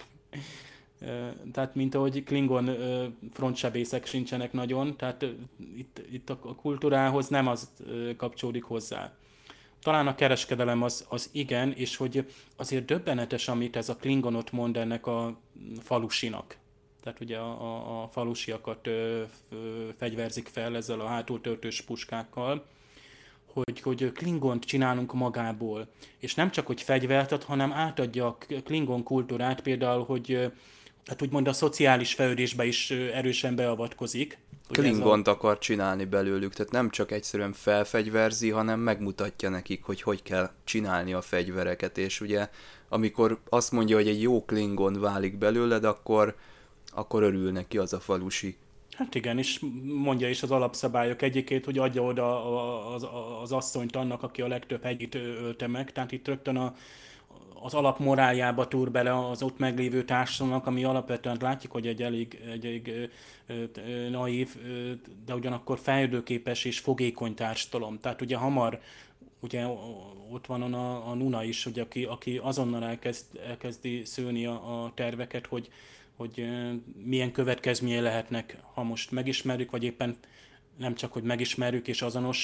Tehát mint ahogy Klingon frontsebészek sincsenek nagyon, tehát itt a kultúrához nem az kapcsolódik hozzá. Talán a kereskedelem az igen, és hogy azért döbbenetes, amit ez a Klingonot mond ennek a falusinak. Tehát ugye a falusiakat fegyverzik fel ezzel a hátultörtős puskákkal, hogy Klingont csinálunk magából. És nem csak, hogy fegyvert ad, hanem átadja a Klingon kultúrát, például, hogy hát úgymond a szociális fejlődésbe is erősen beavatkozik. Klingont akar csinálni belőlük, tehát nem csak egyszerűen felfegyverzi, hanem megmutatja nekik, hogy kell csinálni a fegyvereket, és ugye amikor azt mondja, hogy egy jó Klingon válik belőled, akkor örül neki az a falusi. Hát igen, és mondja is az alapszabályok egyikét, hogy adja oda az asszonyt annak, aki a legtöbb hegyit ölte meg, tehát itt rögtön az alapmoráljába túr bele az ott meglévő társadalomnak, ami alapvetően látjuk, hogy egy elég naív, de ugyanakkor fejlődőképes és fogékony társadalom. Tehát ugye hamar, ugye ott van a Nuna is, ugye, aki azonnal elkezdi szőni a terveket, hogy milyen következményei lehetnek, ha most megismerjük, vagy éppen nem csak, hogy megismerjük és azonos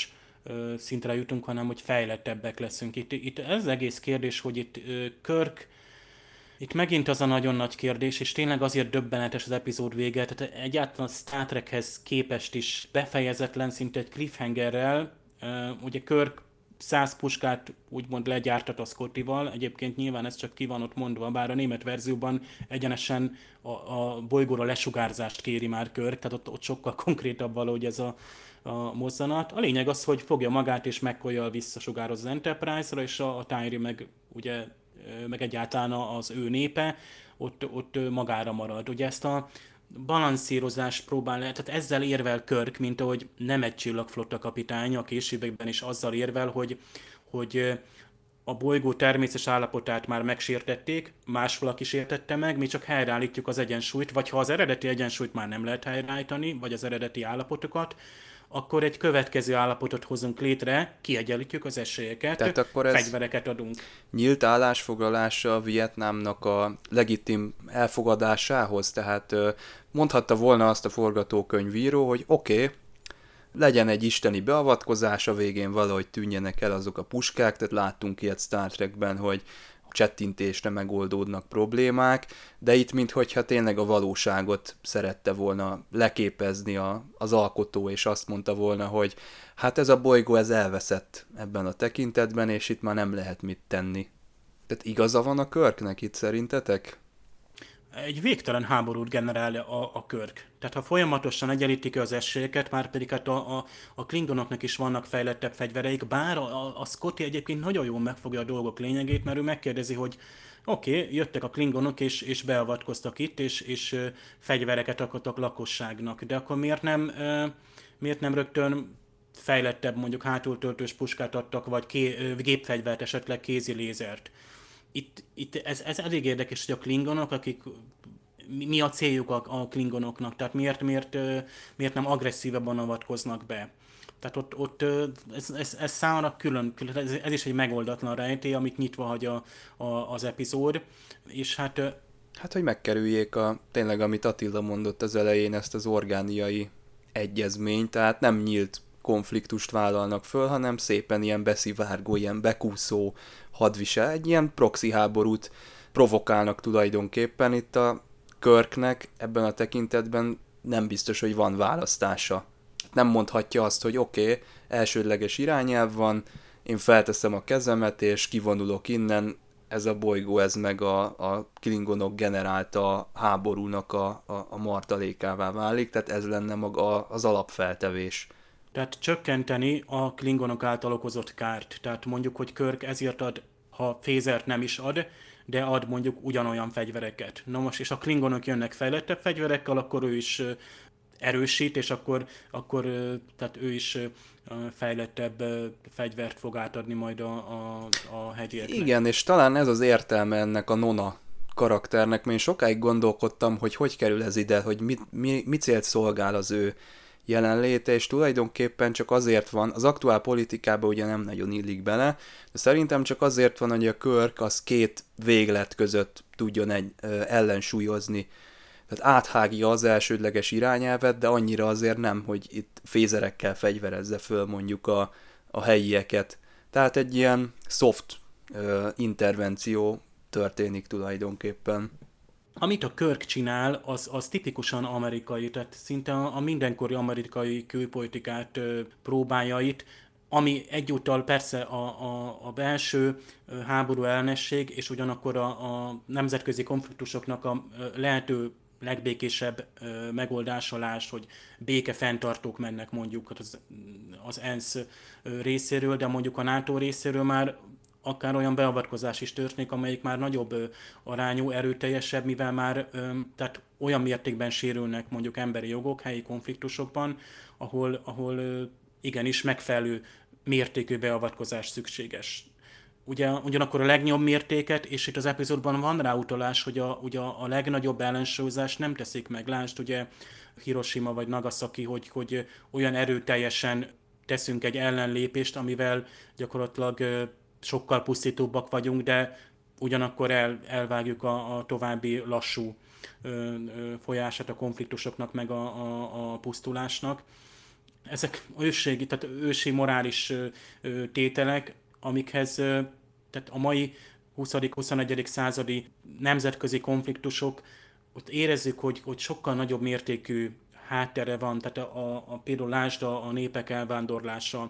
szintre jutunk, hanem hogy fejlettebbek leszünk. Itt ez az egész kérdés, hogy itt Kirk, itt megint az a nagyon nagy kérdés, és tényleg azért döbbenetes az epizód vége, tehát egyáltalán a Star Trekhez képest is befejezetlen, szinte egy cliffhangerrel. Ugye Kirk 100 puskát úgymond legyártat a Scottyval, egyébként nyilván ez csak ki van ott mondva, bár a német verzióban egyenesen a bolygóra lesugárzást kéri már Kirk, tehát ott sokkal konkrétabb valahogy ez a mozzanat. A lényeg az, hogy fogja magát és McCoy-jal visszasugároz az Enterprise-ra, és a Tyree meg ugye meg egyáltalán az ő népe, ott magára marad. Ugye ezt a balanszírozást próbál, tehát ezzel érvel Kirk, mint ahogy nem egy csillagflotta kapitány, a későbbekben is azzal érvel, hogy a bolygó természetes állapotát már megsértették, más valaki sértette meg, mi csak helyreállítjuk az egyensúlyt, vagy ha az eredeti egyensúlyt már nem lehet helyreállítani, vagy az eredeti állapotokat, akkor egy következő állapotot hozunk létre, kiegyenlítjük az esélyeket, tehát akkor fegyvereket adunk. Nyílt állásfoglalása Vietnámnak a legitim elfogadásához, tehát mondhatta volna azt a forgatókönyvíró, hogy oké, legyen egy isteni beavatkozás, a végén valahogy tűnjenek el azok a puskák, tehát láttunk ilyet Star Trekben, hogy csettintésre megoldódnak problémák, de itt minthogyha tényleg a valóságot szerette volna leképezni az alkotó, és azt mondta volna, hogy hát ez a bolygó ez elveszett ebben a tekintetben, és itt már nem lehet mit tenni. Tehát igaza van a Kirknek itt szerintetek? Egy végtelen háborút generál a Kirk. Tehát ha folyamatosan egyenlítik az esélyeket, már pedig hát a Klingonoknak is vannak fejlettebb fegyvereik, bár a Scotty egyébként nagyon jól megfogja a dolgok lényegét, mert ő megkérdezi, hogy oké, jöttek a Klingonok és beavatkoztak itt, és fegyvereket adtak lakosságnak, de akkor miért nem rögtön fejlettebb, mondjuk hátultöltős puskát adtak, vagy gépfegyvert, esetleg kézi lézert? Itt ez elég érdekes, hogy a Klingonok, akik mi a céljuk a Klingonoknak, tehát miért nem agresszívebben avatkoznak be. Tehát ott ez számomra külön, ez is egy megoldatlan rejtély, amit nyitva hagy az epizód, és hát, hogy megkerüljék tényleg, amit Attila mondott az elején, ezt az orgániai egyezményt, tehát nem nyílt konfliktust vállalnak föl, hanem szépen ilyen beszivárgó, ilyen bekúszó hadvisel, egy ilyen proxy háborút provokálnak tulajdonképpen. Itt a Kirknek ebben a tekintetben nem biztos, hogy van választása. Nem mondhatja azt, hogy oké, elsődleges irányelv van, én felteszem a kezemet, és kivonulok innen, ez a bolygó, ez meg a Klingonok generálta háborúnak a martalékává válik, tehát ez lenne maga az alapfeltevés. Tehát csökkenteni a Klingonok által okozott kárt. Tehát mondjuk, hogy Kirk ezért ad, ha phézert nem is ad, de ad mondjuk ugyanolyan fegyvereket. Na most, és a Klingonok jönnek fejlettebb fegyverekkel, akkor ő is erősít, és akkor tehát ő is fejlettebb fegyvert fog átadni majd a hegyieknek. Igen, és talán ez az értelme ennek a Nona karakternek, mert én sokáig gondolkodtam, hogy kerül ez ide, hogy mi célt szolgál az ő jelenléte, és tulajdonképpen csak azért van, az aktuál politikában ugye nem nagyon illik bele, de szerintem csak azért van, hogy a Kirk az két véglet között tudjon ellensúlyozni. Tehát áthágja az elsődleges irányelvet, de annyira azért nem, hogy itt fézerekkel fegyverezze föl mondjuk a helyieket. Tehát egy ilyen soft intervenció történik tulajdonképpen. Amit a Kirk csinál, az tipikusan amerikai, tehát szinte a mindenkori amerikai külpolitikát próbálja itt, ami egyúttal persze a belső háború ellenesség, és ugyanakkor a nemzetközi konfliktusoknak a lehető legbékésebb megoldásolás, hogy békefenntartók mennek mondjuk az ENSZ részéről, de mondjuk a NATO részéről már akár olyan beavatkozás is történik, amelyik már nagyobb arányú, erőteljesebb, mivel már tehát olyan mértékben sérülnek mondjuk emberi jogok helyi konfliktusokban, ahol igenis megfelelő mértékű beavatkozás szükséges. Ugyanakkor a legnagyobb mértéket, és itt az epizódban van rá utalás, hogy ugye a legnagyobb ellensúlyozást nem teszik meg. Lásd, ugye Hiroshima vagy Nagasaki, hogy olyan erőteljesen teszünk egy ellenlépést, amivel gyakorlatilag sokkal pusztítóbbak vagyunk, de ugyanakkor elvágjuk a további lassú folyását a konfliktusoknak, meg a pusztulásnak. ezek ősségi, tehát ősi morális tételek, amikhez tehát a mai 20.-21. századi nemzetközi konfliktusok, ott érezzük, hogy sokkal nagyobb mértékű háttere van, tehát például lásd a népek elvándorlása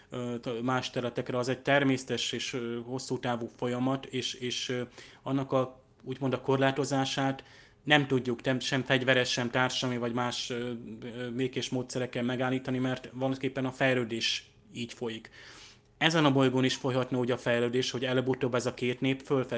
más területekre, az egy természetes és hosszú távú folyamat, és annak úgymond a korlátozását nem tudjuk sem fegyveres, sem társadalmi vagy más békés módszerekkel megállítani, mert valószínűleg a fejlődés így folyik. Ezen a bolygón is folyhatna úgy a fejlődés, hogy előbb-utóbb ez a két nép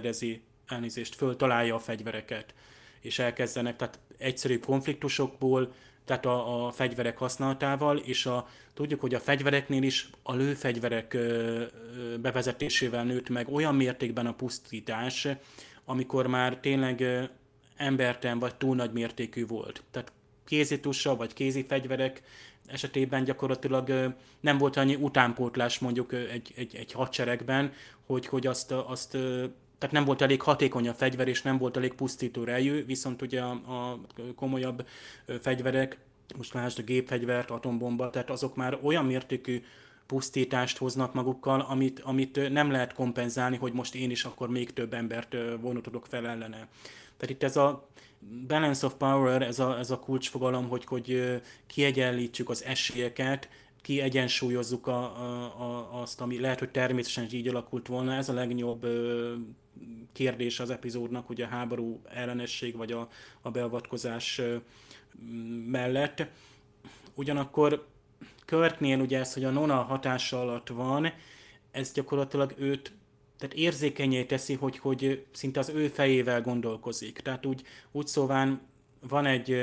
föltalálja a fegyvereket, és elkezdenek, tehát egyszerű konfliktusokból, tehát a fegyverek használatával, és tudjuk, hogy a fegyvereknél is a lőfegyverek bevezetésével nőtt meg olyan mértékben a pusztítás, amikor már tényleg embertelen vagy túl nagy mértékű volt. Tehát kézitusa vagy kézi fegyverek esetében gyakorlatilag nem volt annyi utánpótlás mondjuk egy hadseregben, hogy azt tehát nem volt elég hatékony a fegyver, és nem volt elég pusztító erejű, viszont ugye a komolyabb fegyverek, most lásd a gépfegyvert, atombomba, tehát azok már olyan mértékű pusztítást hoznak magukkal, amit nem lehet kompenzálni, hogy most én is akkor még több embert vonultatok fel ellene. Tehát itt ez a balance of power, ez a kulcsfogalom, hogy kiegyenlítsük az esélyeket, kiegyensúlyozzuk azt, ami lehet, hogy természetesen így alakult volna. Ez a legnagyobb kérdés az epizódnak, hogy a háború ellenesség vagy a beavatkozás mellett. Ugyanakkor Kirknél ugye ez, hogy a Nona hatása alatt van, ez gyakorlatilag őt tehát érzékenyé teszi, hogy szinte az ő fejével gondolkozik. Tehát úgy szóván van egy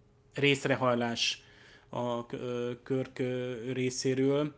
részrehajlás a Kirk részéről.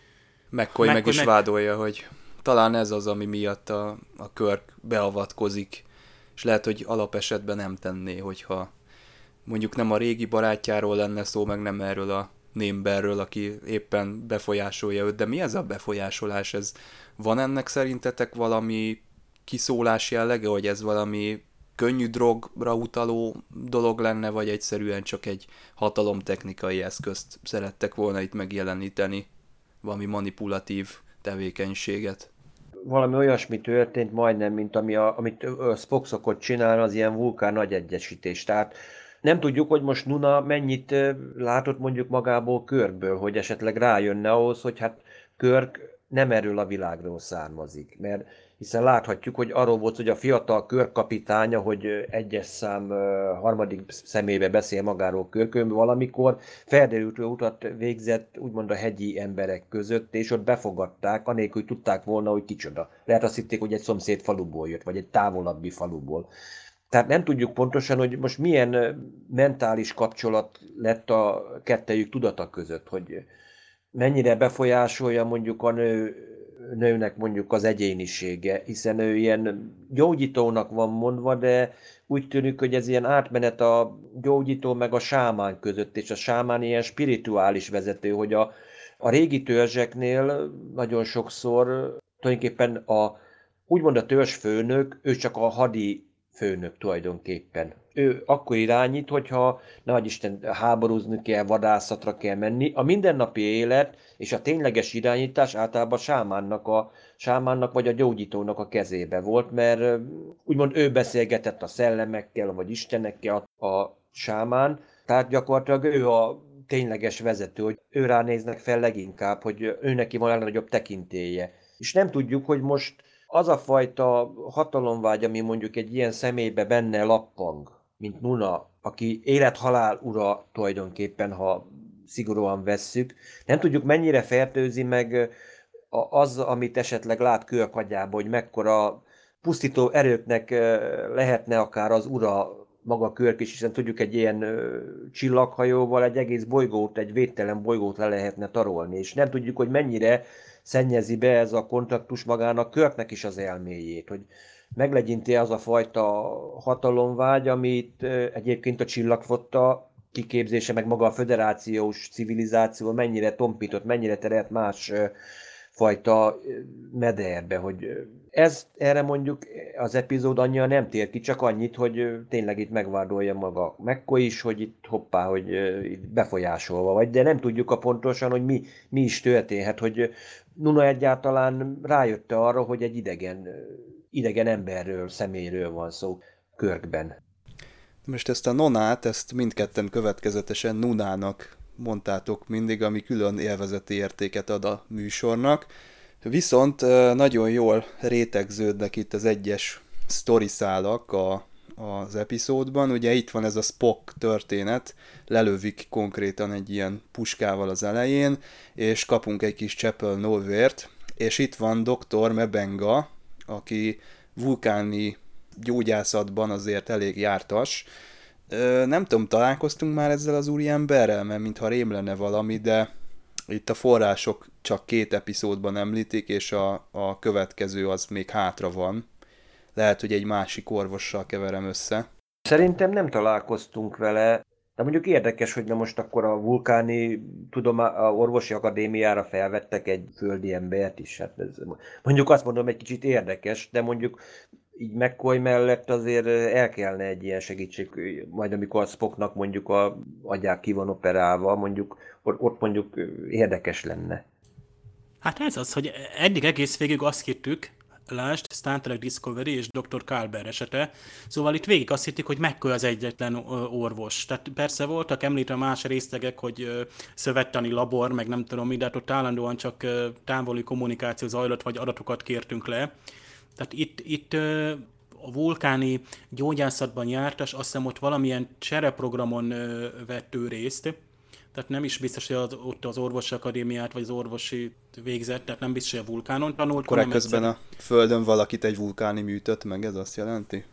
McCoy meg is vádolja, hogy talán ez az, ami miatt a Kirk beavatkozik, és lehet, hogy alapesetben nem tenné, hogyha mondjuk nem a régi barátjáról lenne szó, meg nem erről a némberről, aki éppen befolyásolja őt, de mi ez a befolyásolás? Van ennek szerintetek valami kiszólás jellege, hogy ez valami könnyű drogra utaló dolog lenne, vagy egyszerűen csak egy hatalomtechnikai eszközt szerettek volna itt megjeleníteni, valami manipulatív tevékenységet? Valami olyasmi történt majdnem, mint amit Spock szokott csinálni, az ilyen vulkán nagy egyesítés. Tehát nem tudjuk, hogy most Nuna mennyit látott mondjuk magából Kirkből, hogy esetleg rájönne ahhoz, hogy hát Kirk nem erről a világról származik. Mert hiszen láthatjuk, hogy arról volt, hogy a fiatal Kirk kapitánya, hogy egyes szám harmadik személybe beszél magáról Kirkön, valamikor felderültő utat végzett úgymond a hegyi emberek között, és ott befogadták, anélkül, hogy tudták volna, hogy kicsoda. Lehet azt hitték, hogy egy szomszéd faluból jött, vagy egy távolabbi faluból. Tehát nem tudjuk pontosan, hogy most milyen mentális kapcsolat lett a kettejük tudata között, hogy mennyire befolyásolja mondjuk a nőnek mondjuk az egyénisége, hiszen ő ilyen gyógyítónak van mondva, de úgy tűnik, hogy ez ilyen átmenet a gyógyító meg a sámán között, és a sámán ilyen spirituális vezető, hogy a régi törzseknél nagyon sokszor tulajdonképpen úgymond a törzsfőnök, ő csak a hadi főnök tulajdonképpen. Ő akkor irányít, hogyha nehogy Isten háborúzni kell, vadászatra kell menni. A mindennapi élet és a tényleges irányítás általában a sámánnak vagy a gyógyítónak a kezébe volt, mert úgymond ő beszélgetett a szellemekkel, vagy istenekkel a sámán, tehát gyakorlatilag ő a tényleges vezető, hogy ő ránéznek fel leginkább, hogy ő neki van a legnagyobb tekintélye. És nem tudjuk, hogy most az a fajta hatalomvágy, ami mondjuk egy ilyen személybe benne lappang, mint Nuna, aki élet-halál ura tulajdonképpen, ha szigorúan vesszük, nem tudjuk mennyire fertőzi meg az, amit esetleg lát Kirk agyába, hogy mekkora pusztító erőknek lehetne akár az ura maga Kirk is, hiszen tudjuk egy ilyen csillaghajóval egy egész bolygót, egy védtelen bolygót le lehetne tarolni, és nem tudjuk, hogy mennyire szennyezi be ez a kontaktus magának Kirknek is az elméjét, hogy meglegyinti az a fajta hatalomvágy, amit egyébként a csillagflotta kiképzése, meg maga a föderációs civilizáció mennyire tompított, mennyire terelt más fajta mederbe, hogy erre mondjuk az epizód annyira nem tér ki, csak annyit, hogy tényleg itt megvádolja maga McCoy is, hogy itt hoppá, hogy itt befolyásolva vagy, de nem tudjuk pontosan, hogy mi is történhet, hogy Nuna egyáltalán rájötte arra, hogy egy idegen emberről, személyről van szó Kirkben. Most ezt a Nonát, ezt mindketten következetesen Nunának mondtátok mindig, ami külön élvezeti értéket ad a műsornak. Viszont nagyon jól rétegződnek itt az egyes sztoriszálak az epizódban. Ugye itt van ez a Spock történet, lelövik konkrétan egy ilyen puskával az elején, és kapunk egy kis Chapel Nowhere-t, és itt van Dr. M'Benga, aki vulkáni gyógyászatban azért elég jártas. Nem tudom, találkoztunk már ezzel az úriemberrel, mert mintha rém lenne valami, de itt a források csak 2 epizódban említik, és a következő az még hátra van. Lehet, hogy egy másik orvossal keverem össze. Szerintem nem találkoztunk vele, de mondjuk érdekes, hogy na most akkor a vulkáni orvosi akadémiára felvettek egy földi embert is. Hát ez, mondjuk azt mondom, egy kicsit érdekes, de mondjuk így McCoy mellett azért el kellene egy ilyen segítség, majd amikor a Spocknak mondjuk a agyák ki van operálva, mondjuk ott mondjuk érdekes lenne. Hát ez az, hogy eddig egész végig azt hittük, lásd, Star Trek Discovery és Dr. Culber esete, szóval itt végig azt hittük, hogy McCoy az egyetlen orvos. Tehát persze voltak említve más részlegek, hogy szövettani labor, meg nem tudom mi, de hát ott állandóan csak távoli kommunikáció zajlott, vagy adatokat kértünk le. Tehát itt a vulkáni gyógyászatban jártas, azt hiszem ott valamilyen csereprogramon vett ő részt, tehát nem is biztos, hogy ott az orvosi akadémiát, vagy az orvosi végzett, tehát nem biztos, hogy a vulkánon tanult. Akkor közben a Földön valakit egy vulkáni műtött meg, ez azt jelenti?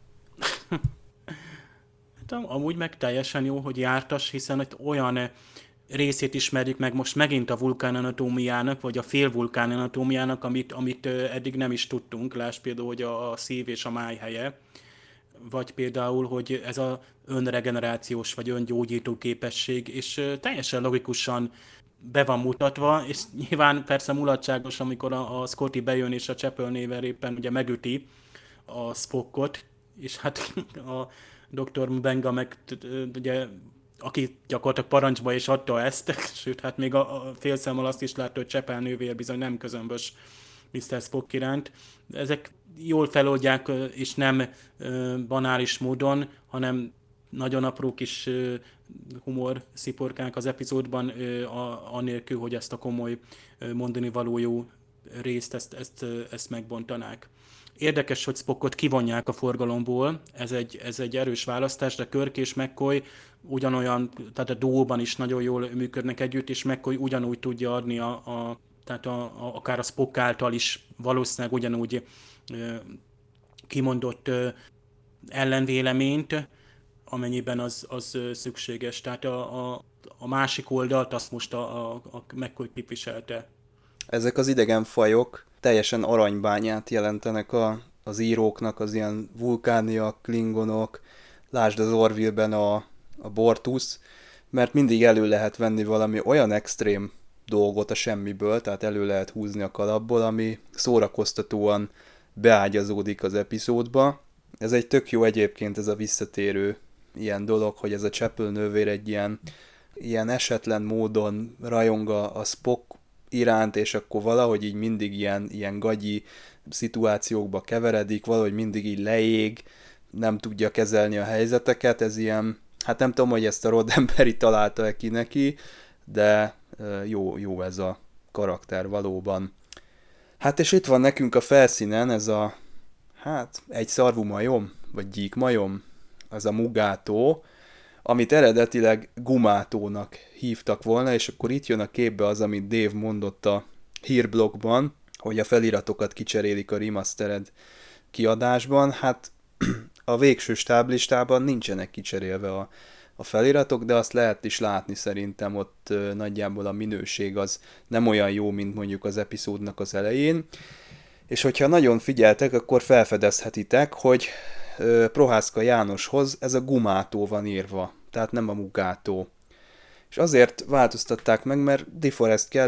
Hát, amúgy meg teljesen jó, hogy jártas, hiszen itt olyan részét ismerjük meg most megint a vulkánanatómiának, vagy a félvulkánanatómiának, amit eddig nem is tudtunk. Lásd például, hogy a szív és a máj helye, vagy például, hogy ez az önregenerációs vagy öngyógyító képesség, és teljesen logikusan be van mutatva, és nyilván persze mulatságos, amikor a Scotty bejön, és a Chapel néven éppen ugye megüti a Spockot, és hát a Dr. M'Benga meg ugye, aki gyakorlatilag parancsba is adta ezt, sőt, hát még a félszemmel azt is látta, hogy Chapel nővér bizony nem közömbös Mr. Spock iránt. Ezek jól feloldják, és nem banális módon, hanem nagyon apró kis humor sziporkák az epizódban, anélkül, hogy ezt a komoly mondani valójú részt ezt megbontanák. Érdekes, hogy Spockot kivonják a forgalomból, ez egy erős választás, de Kirk és McCoy ugyanolyan, tehát a duóban is nagyon jól működnek együtt, és McCoy ugyanúgy tudja adni tehát akár a Spock által is valószínűleg ugyanúgy kimondott ellenvéleményt, amennyiben az szükséges. Tehát a másik oldalt azt most a McCoy képviselte. Ezek az idegen fajok teljesen aranybányát jelentenek az íróknak, az ilyen vulkániak, klingonok, lásd az Orville-ben a Bortus, mert mindig elő lehet venni valami olyan extrém dolgot a semmiből, tehát elő lehet húzni a kalapból, ami szórakoztatóan beágyazódik az epizódba. Ez egy tök jó egyébként ez a visszatérő ilyen dolog, hogy ez a Chapel nővér egy ilyen esetlen módon rajong a Spock iránt, és akkor valahogy így mindig ilyen gagyi szituációkba keveredik, valahogy mindig így leég, nem tudja kezelni a helyzeteket, ez ilyen, hát nem tudom, hogy ezt a Roddenberry találta-e ki neki, de jó ez a karakter valóban. Hát és itt van nekünk a felszínen ez egy szarvú majom, vagy gyíkmajom, az a Mugátó, amit eredetileg Gumátónak hívtak volna, és akkor itt jön a képbe az, amit Dave mondott a hírblogban, hogy a feliratokat kicserélik a remastered kiadásban. Hát a végső stáblistában nincsenek kicserélve a feliratok, de azt lehet is látni szerintem, ott nagyjából a minőség az nem olyan jó, mint mondjuk az epizódnak az elején. És hogyha nagyon figyeltek, akkor felfedezhetitek, hogy Prohászka Jánoshoz ez a Gumátó van írva, tehát nem a Mugátó. És azért változtatták meg, mert DeForest Kelley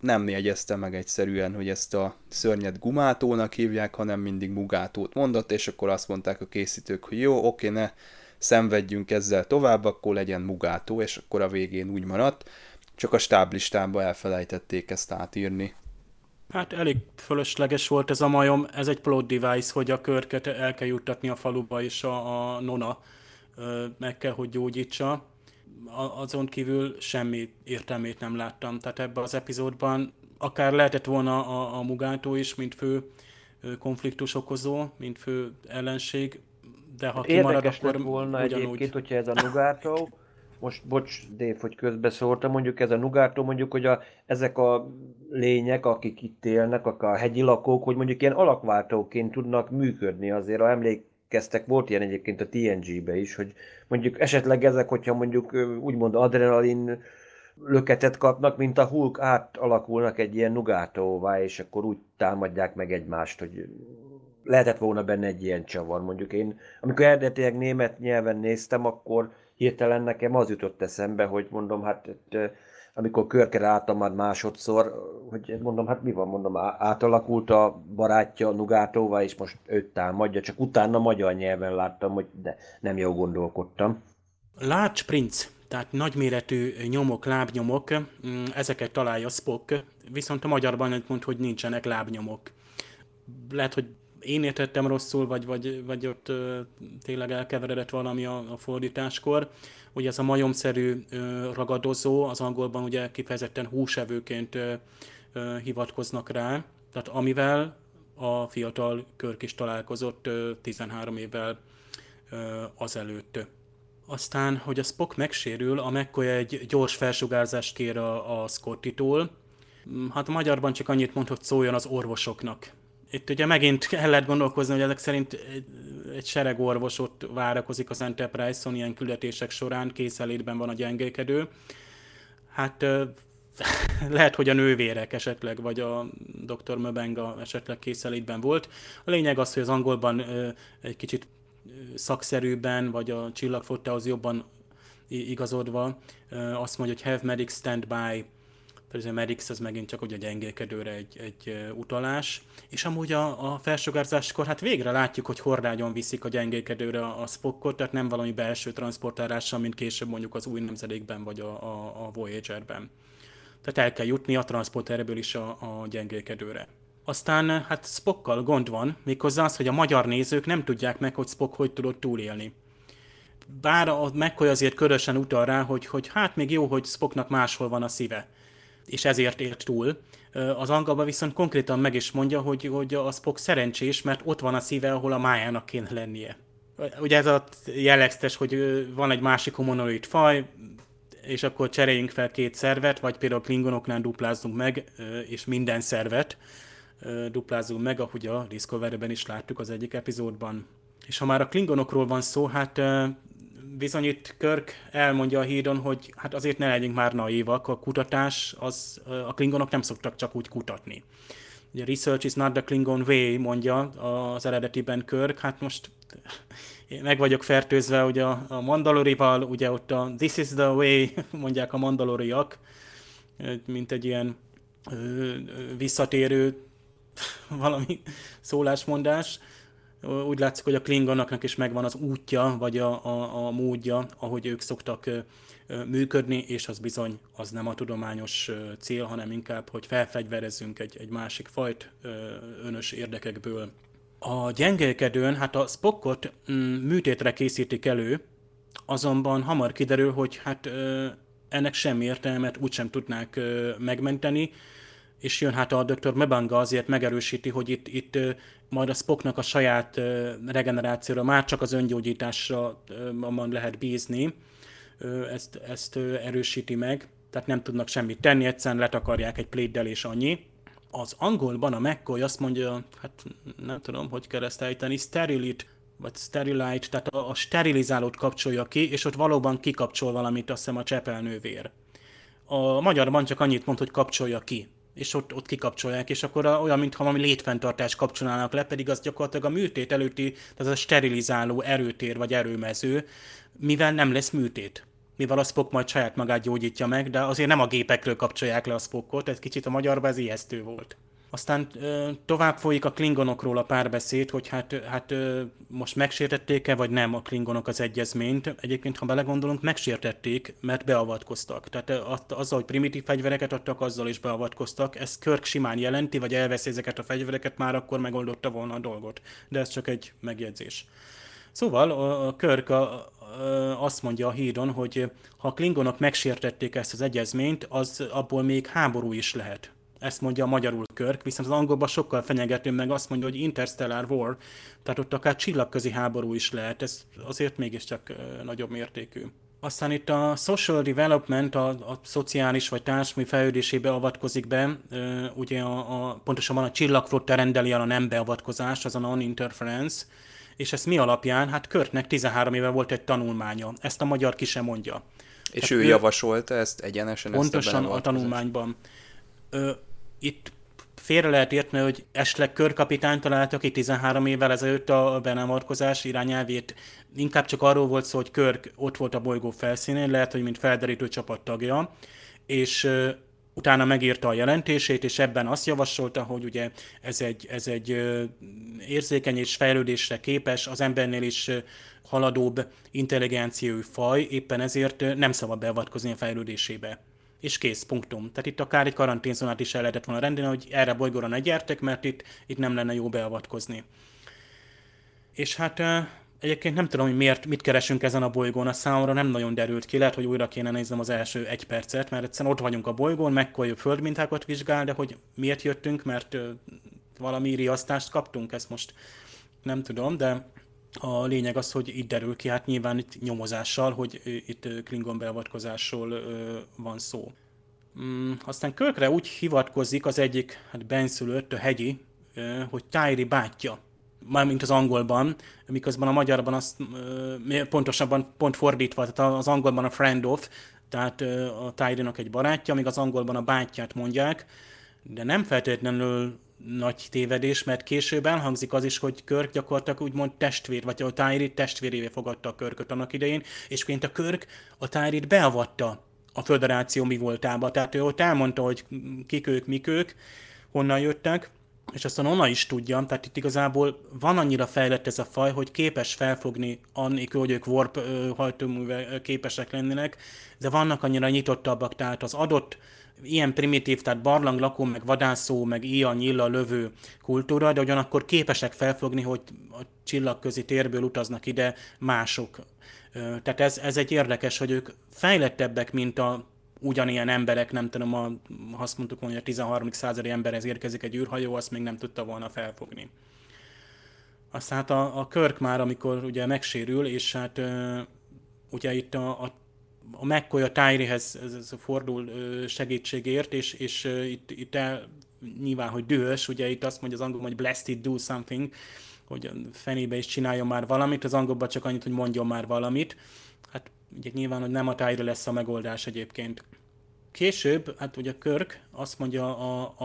nem jegyezte meg egyszerűen, hogy ezt a szörnyet gumátónak hívják, hanem mindig mugátót mondott, és akkor azt mondták a készítők, hogy jó, oké, ne szenvedjünk ezzel tovább, akkor legyen mugátó, és akkor a végén úgy maradt, csak a stáblistába elfelejtették ezt átírni. Hát elég fölösleges volt ez a majom, ez egy plot device, hogy a Kirket el kell juttatni a faluba, és a nona meg kell, hogy gyógyítsa. Azon kívül semmi értelmét nem láttam. Tehát ebben az epizódban akár lehetett volna a Mugátó is, mint fő konfliktus okozó, mint fő ellenség, de ha kimarad, Érdekes akkor lett volna ugyanúgy. egyébként, hogyha ez a Mugátó, most bocs Dave, hogy közbeszóltam, mondjuk ez a Mugátó, mondjuk, hogy ezek a lények, akik itt élnek, a hegyi lakók, hogy mondjuk ilyen alakváltóként tudnak működni azért, ha emlékeztek, volt ilyen egyébként a TNG-be is, hogy mondjuk esetleg ezek, hogyha mondjuk úgymond adrenalin löketet kapnak, mint a Hulk, átalakulnak egy ilyen Nugátóvá, és akkor úgy támadják meg egymást, hogy lehetett volna benne egy ilyen csavar. Mondjuk én, amikor eredetileg német nyelven néztem, akkor hirtelen nekem az jutott eszembe, hogy mondom, hát amikor Körker átamad másodszor, hogy mondom, hát mi van, mondom, átalakult a barátja Nugátóvá, és most őt támadja, csak utána magyar nyelven láttam, hogy de nem jól gondolkodtam. Large prints, tehát nagyméretű nyomok, lábnyomok, ezeket találja Spock, viszont a magyarban mond, hogy nincsenek lábnyomok. Lehet, hogy én értettem rosszul, vagy ott tényleg elkeveredett valami a fordításkor. Ugye ez a majomszerű ragadozó, az angolban ugye kifejezetten húsevőként hivatkoznak rá, tehát amivel a fiatal Kirk is találkozott 13 évvel azelőtt. Aztán, hogy a Spock megsérül, a McCoy egy gyors felsugárzást kér a Scotty-tól. Hát a magyarban csak annyit mond, hogy szóljon az orvosoknak. Itt ugye megint el lehet gondolkozni, hogy ezek szerint egy sereg orvos ott várakozik az Enterprise-on ilyen küldetések során, készenlétben van a gyengélkedő. Hát lehet, hogy a nővérek esetleg, vagy a Dr. M'Benga esetleg készenlétben volt. A lényeg az, hogy az angolban egy kicsit szakszerűbben, vagy a csillagflottához jobban igazodva azt mondja, hogy have medics stand by. Tehát a medics az megint csak ugye a gyengélkedőre egy utalás. És amúgy a felsugárzáskor hát végre látjuk, hogy hordágyon viszik a gyengélkedőre a Spockot, tehát nem valami belső transportálással, mint később mondjuk az új nemzedékben, vagy a Voyagerben. Tehát el kell jutni a transporterből is a gyengélkedőre. Aztán hát Spockkal gond van, méghozzá az, hogy a magyar nézők nem tudják meg, hogy Spock hogy tudott túlélni. Bár a McCoy azért körösen utal rá, hogy hát még jó, hogy Spocknak máshol van a szíve, és ezért ért túl. Az angolban viszont konkrétan meg is mondja, hogy a Spock szerencsés, mert ott van a szíve, ahol a májának kéne lennie. Ugye ez a jellegzetes, hogy van egy másik humanoid faj, és akkor cseréljünk fel két szervet, vagy például a klingonoknál duplázzunk meg, és minden szervet duplázzunk meg, ahogy a Discovery-ben is láttuk az egyik epizódban. És ha már a klingonokról van szó, hát bizony itt Kirk elmondja a hídon, hogy hát azért ne legyünk már naívak, a kutatás, a klingonok nem szoktak csak úgy kutatni. Ugye research is not the Klingon way, mondja az eredetiben Kirk, hát most én meg vagyok fertőzve ugye a Mandalorival, ugye ott a this is the way, mondják a mandaloriak, mint egy ilyen visszatérő valami szólásmondás. Úgy látszik, hogy a klingonoknak is megvan az útja, vagy a módja, ahogy ők szoktak működni, és az bizony az nem a tudományos cél, hanem inkább, hogy felfegyverezzünk egy másik fajt önös érdekekből. A gyengélkedőn, hát a Spockot műtétre készítik elő, azonban hamar kiderül, hogy hát ennek semmi értelmet úgysem tudnák megmenteni, és jön hát a Dr. M'Benga azért megerősíti, hogy itt majd a Spocknak a saját regenerációra, már csak az öngyógyításra lehet bízni, ezt erősíti meg, tehát nem tudnak semmit tenni, egyszerűen letakarják egy pléddel és annyi. Az angolban a McCoy azt mondja, hát nem tudom, hogy kell ezt állítani, sterilite, tehát a sterilizálót kapcsolja ki, és ott valóban kikapcsol valamit, azt hiszem a csepelnővér. A magyarban csak annyit mond, hogy kapcsolja ki, és ott kikapcsolják, és akkor olyan, mintha valami létfenntartást kapcsolnának le, pedig az gyakorlatilag a műtét előtti, tehát a sterilizáló erőtér vagy erőmező, mivel nem lesz műtét. mivel a Spock majd saját magát gyógyítja meg, de azért nem a gépekről kapcsolják le a Spockot, ez kicsit a magyarban ez ijesztő volt. Aztán tovább folyik a klingonokról a párbeszéd, hogy most megsértették-e, vagy nem a klingonok az egyezményt. Egyébként, ha belegondolunk, megsértették, mert beavatkoztak. Tehát azzal, hogy primitív fegyvereket adtak, azzal is beavatkoztak. Ezt Kirk simán jelenti, vagy elveszi ezeket a fegyvereket, már akkor megoldotta volna a dolgot. De ez csak egy megjegyzés. Szóval a Kirk azt mondja a hídon, hogy ha a klingonok megsértették ezt az egyezményt, az abból még háború is lehet. Ezt mondja magyarul Kirk, viszont az angolban sokkal fenyegetőbb, meg azt mondja, hogy Interstellar War, tehát ott akár csillagközi háború is lehet, ez azért mégiscsak nagyobb mértékű. Aztán itt a social development, a szociális vagy társadalmi fejlődésébe avatkozik be, ugye pontosabban a csillagflotta rendeli el a nem beavatkozást, az a non-interference, és ezt mi alapján? Hát Kirknek 13 éve volt egy tanulmánya, ezt a magyar ki sem mondja. És ő javasolta ezt egyenesen? Pontosan a tanulmányban. Itt félre lehet érteni, hogy esetleg Kirk kapitány találta ki 13 évvel ezelőtt a beavatkozás irányelvét. Inkább csak arról volt szó, hogy Kirk ott volt a bolygó felszínén, lehet, hogy mint felderítő csapattagja, és utána megírta a jelentését, és ebben azt javasolta, hogy ugye ez egy érzékeny és fejlődésre képes, az embernél is haladóbb intelligenciájú faj, éppen ezért nem szabad beavatkozni a fejlődésébe. És kész, punktum. Tehát itt akár egy karanténzónát is el lehetett volna rendelni, hogy erre a bolygóra ne gyertek, mert itt nem lenne jó beavatkozni. És hát egyébként nem tudom, hogy mit keresünk ezen a bolygón, a számomra nem nagyon derült ki, lehet, hogy újra kéne néznem az első 1 percet, mert egyszerűen ott vagyunk a bolygón, McCoy földmintákat vizsgál, de hogy miért jöttünk, mert valami riasztást kaptunk, ezt most nem tudom, de a lényeg az, hogy itt derül ki, hát nyilván itt nyomozással, hogy itt Klingon beavatkozásról van szó. Aztán Kirkre úgy hivatkozik az egyik benszülött, a hegyi, hogy Tyri bátyja. Mármint az angolban, miközben a magyarban azt pontosabban pont fordítva, tehát az angolban a friend of, tehát a Tyrinak egy barátja, míg az angolban a bátyját mondják, de nem feltétlenül nagy tévedés, mert később elhangzik az is, hogy Kirk gyakorlatilag úgymond testvér, vagy a Tyri testvérévé fogadta a Kirköt annak idején, és ként a Kirk a Tyrit beavatta a föderáció mi voltába, tehát ő ott elmondta, hogy kik ők, mik ők, honnan jöttek, és aztán onnan is tudja, tehát itt igazából van annyira fejlett ez a faj, hogy képes felfogni annélkül, hogy ők warp hajtóművel képesek lennének, de vannak annyira nyitottabbak, tehát az adott ilyen primitív, tehát barlanglakó, meg vadászó, meg íja, nyilla, lövő kultúra, de ugyanakkor képesek felfogni, hogy a csillagközi térből utaznak ide mások. Tehát ez egy érdekes, hogy ők fejlettebbek, mint a ugyanilyen emberek, nem tudom, ha azt mondtuk, hogy a 13. emberhez érkezik egy űrhajó, azt még nem tudta volna felfogni. Aztán hát a Kirk már, amikor ugye megsérül, és hát ugye itt a McCoy a Tyrihez fordul segítségért, és itt nyilván, hogy dühös, ugye itt azt mondja az angolban, hogy blast it, do something, hogy fenébe is csináljon már valamit, az angolban csak annyit, hogy mondjon már valamit. Hát ugye nyilván, hogy nem a Tyri lesz a megoldás egyébként. Később, hát ugye Kirk azt mondja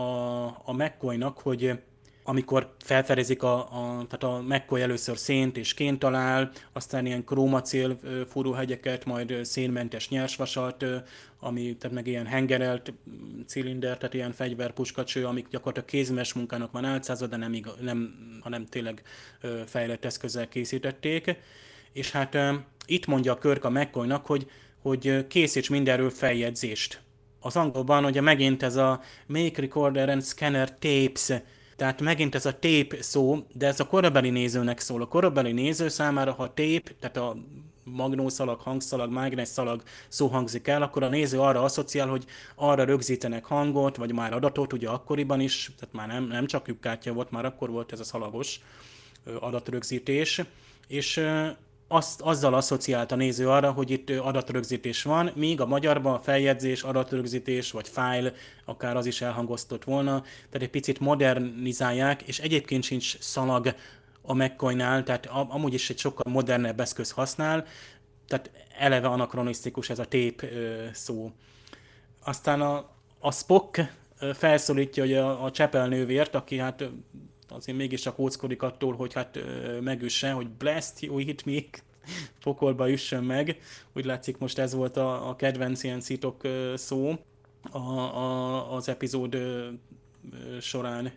a McCoynak, hogy amikor felfedezik tehát a McCoy először szént és ként talál, aztán ilyen krómacél fúróhegyeket, majd szénmentes nyersvasat, ami tehát meg ilyen hengerelt cilinder, tehát ilyen fegyverpuskacső, amik gyakorlatilag kézműves munkának van álcázva, de hanem tényleg fejlett eszközzel készítették. És hát itt mondja a Kirk a McCoynak, hogy készíts mindenről feljegyzést. Az angolban ugye megint ez a make recorder and scanner tapes, tehát megint ez a tape szó, de ez a korabeli nézőnek szól. A korabeli néző számára, ha tape, tehát a magnószalag, hangszalag, mágnesszalag szó hangzik el, akkor a néző arra asszociál, hogy arra rögzítenek hangot, vagy már adatot, ugye akkoriban is, tehát már nem csak lyukkártya volt, már akkor volt ez a szalagos adatrögzítés, és azzal asszociált a néző arra, hogy itt adatrögzítés van, míg a magyarban a feljegyzés, adatrögzítés vagy file, akár az is elhangoztott volna, tehát egy picit modernizálják, és egyébként sincs szalag a McCoynál, tehát amúgy is egy sokkal modernebb eszköz használ, tehát eleve anakronisztikus ez a tape szó. Aztán a Spock felszólítja hogy a Chapel nővért, aki hát azért mégiscsak óckodik attól, hogy hát megüsse, hogy blast you, hit me, pokolba üssön meg. Úgy látszik, most ez volt a kedvenc ilyen szitok szó az epizód során.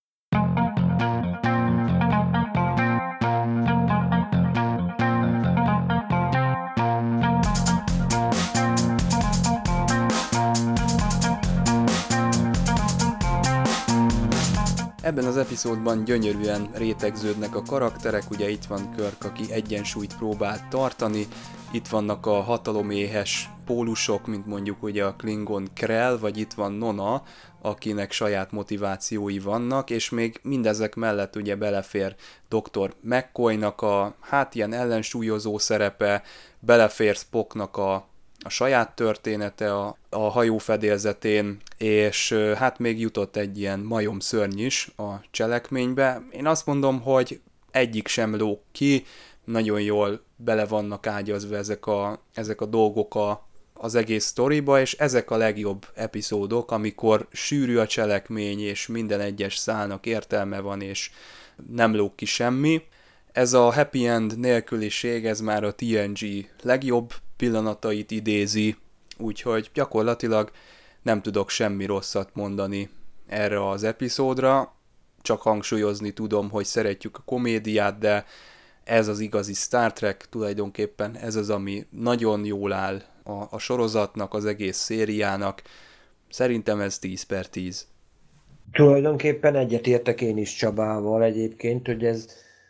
Ebben az epizódban gyönyörűen rétegződnek a karakterek, ugye itt van Kirk, aki egyensúlyt próbál tartani, itt vannak a hataloméhes pólusok, mint mondjuk ugye a Klingon Krell, vagy itt van Nona, akinek saját motivációi vannak, és még mindezek mellett ugye belefér Dr. McCoy-nak a ilyen ellensúlyozó szerepe, belefér Spocknak a saját története a hajó fedélzetén, és hát még jutott egy ilyen majomszörny is a cselekménybe. Én azt mondom, hogy egyik sem lóg ki, nagyon jól bele vannak ágyazva ezek a dolgok az egész sztoriba, és ezek a legjobb epizódok, amikor sűrű a cselekmény, és minden egyes szálnak értelme van, és nem lóg ki semmi. Ez a happy end nélküliség, ez már a TNG legjobb pillanatait idézi, úgyhogy gyakorlatilag nem tudok semmi rosszat mondani erre az epizódra, csak hangsúlyozni tudom, hogy szeretjük a komédiát, de ez az igazi Star Trek, tulajdonképpen ez az, ami nagyon jól áll a sorozatnak, az egész szériának. Szerintem ez 10/10. Tulajdonképpen egyetértek én is Csabával egyébként, hogy ez,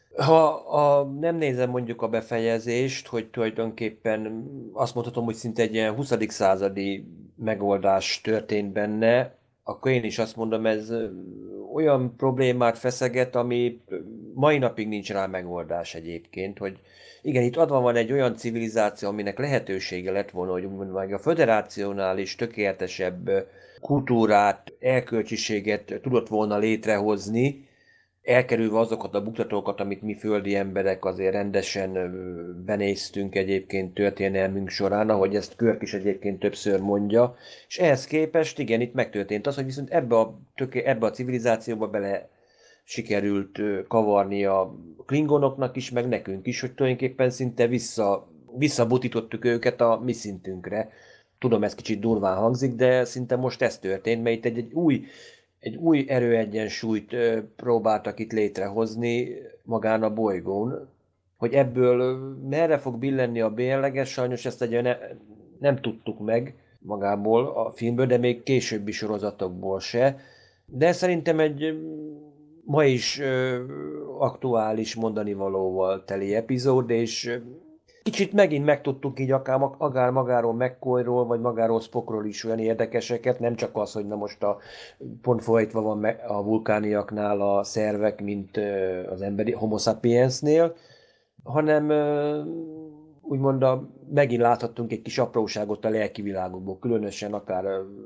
ha nem nézem mondjuk a befejezést, hogy tulajdonképpen azt mondhatom, hogy szinte egy ilyen 20. századi megoldás történt benne, akkor én is azt mondom, ez olyan problémát feszeget, ami mai napig nincs rá megoldás egyébként, hogy igen, itt adva van egy olyan civilizáció, aminek lehetősége lett volna, hogy meg a föderációnál is tökéletesebb kultúrát, erkölcsiséget tudott volna létrehozni, elkerülve azokat a buktatókat, amit mi földi emberek azért rendesen benéztünk egyébként történelmünk során, ahogy ezt Kirk is egyébként többször mondja, és ehhez képest igen, itt megtörtént az, hogy viszont ebbe a civilizációba bele sikerült kavarni a klingonoknak is, meg nekünk is, hogy tulajdonképpen szinte visszabutítottuk őket a mi szintünkre. Tudom, ez kicsit durván hangzik, de szinte most ez történt, mert itt egy új erőegyensúlyt próbáltak itt létrehozni magán a bolygón, hogy ebből merre fog billenni a bérleges, sajnos ezt nem tudtuk meg magából a filmből, de még későbbi sorozatokból se. De szerintem egy ma is aktuális mondanivalóval teli epizód, és kicsit megint megtudtuk így akár magáról McCoyról, vagy magáról Spockról is olyan érdekeseket, nem csak az, hogy na most pont fordítva van a vulkániaknál a szervek, mint az emberi Homo sapiensnél, hanem úgymond megint láthattunk egy kis apróságot a lelki világokból, különösen akár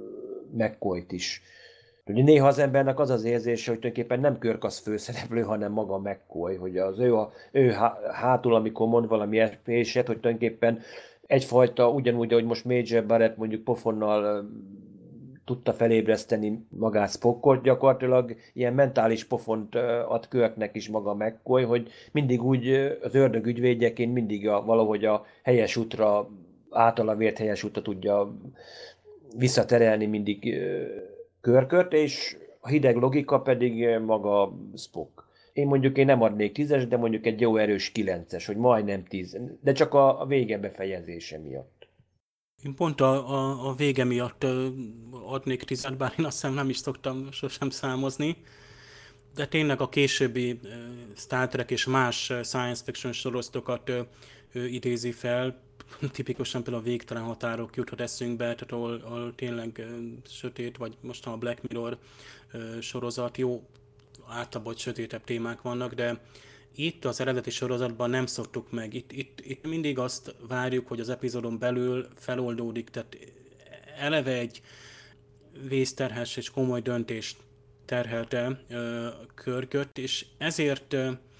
McCoyt is. Ugye néha az embernek az az érzése, hogy tulajdonképpen nem Kirk az főszereplő, hanem maga McCoy, hogy az ő hátul, amikor mond valami esélyt, hogy tulajdonképpen egyfajta, ugyanúgy, ahogy most Major Barrett mondjuk pofonnal tudta felébreszteni magát Spockot, gyakorlatilag ilyen mentális pofont ad Kirknek is maga McCoy, hogy mindig úgy az ördög ügyvédjeként mindig valahogy a helyes útra, általa vért helyes útra tudja visszaterelni mindig Kirköt, és a hideg logika pedig maga Spock. Én nem adnék 10-es, de mondjuk egy jó erős 9-es, hogy majdnem 10, de csak a vége befejezése miatt. Én pont a vége miatt adnék 10-et, bár én azt hiszem nem is szoktam sosem számozni, de tényleg a későbbi Star Trek és más science fiction sorozatokat idézi fel, tipikusan például a Végtelen határok juthat eszünkbe, tehát ahol tényleg sötét, vagy most a Black Mirror sorozat, jó, általában sötétebb témák vannak, de itt az eredeti sorozatban nem szoktuk meg. Itt mindig azt várjuk, hogy az epizódon belül feloldódik, tehát eleve egy vészterhes és komoly döntést terhelte Kirköt, és ezért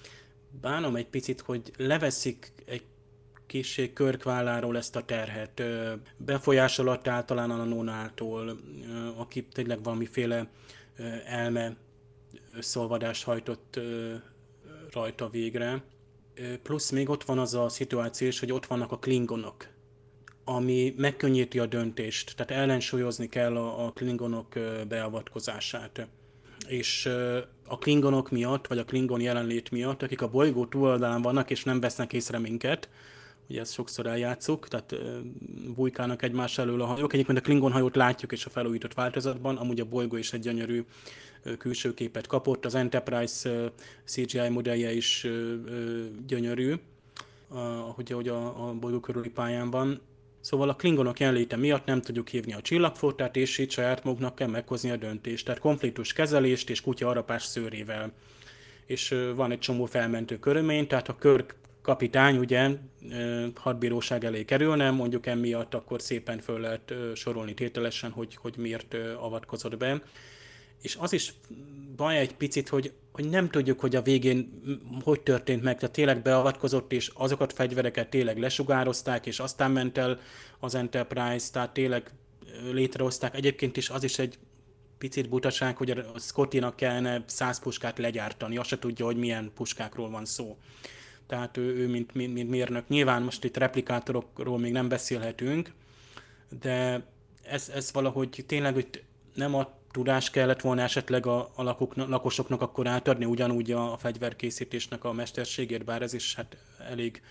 bánom egy picit, hogy leveszik egy kissé Kirk válláról ezt a terhet. Befolyásolat általán a Nonától, aki tényleg valamiféle elme összeolvadást hajtott rajta végre. Plusz még ott van az a szituáció is, hogy ott vannak a klingonok, ami megkönnyíti a döntést, tehát ellensúlyozni kell a klingonok beavatkozását. És a klingonok miatt, vagy a klingon jelenlét miatt, akik a bolygó túloldalán vannak és nem vesznek észre minket, ugye ezt sokszor eljátszuk, tehát bujkálnak egymás elől a hajók. Egyébként a klingon hajót látjuk is a felújított változatban, amúgy a bolygó is egy gyönyörű külső képet kapott, az Enterprise CGI modellje is gyönyörű, ahogy a bolygó körüli pályán van. Szóval a klingonok jelenléte miatt nem tudjuk hívni a csillagflotát, és így saját maguknak kell meghozni a döntést. Tehát konfliktus kezelést és kutya arapás szőrével. És van egy csomó felmentő körülmény, tehát a Kirk kapitány ugye hadbíróság elé kerülne, mondjuk emiatt akkor szépen föl lehet sorolni tételesen, hogy miért avatkozott be. És az is baj egy picit, hogy nem tudjuk, hogy a végén hogy történt meg, tehát tényleg beavatkozott, és azokat fegyvereket tényleg lesugározták, és aztán ment el az Enterprise, tehát tényleg létrehozták. Egyébként is az is egy picit butaság, hogy a Scottynak kellene 100 puskát legyártani, azt se tudja, hogy milyen puskákról van szó. Tehát ő mint mérnök. Nyilván most itt replikátorokról még nem beszélhetünk, de ez valahogy tényleg hogy nem a tudás kellett volna esetleg a lakosoknak akkor átadni ugyanúgy a fegyverkészítésnek a mesterségét, bár ez is hát elég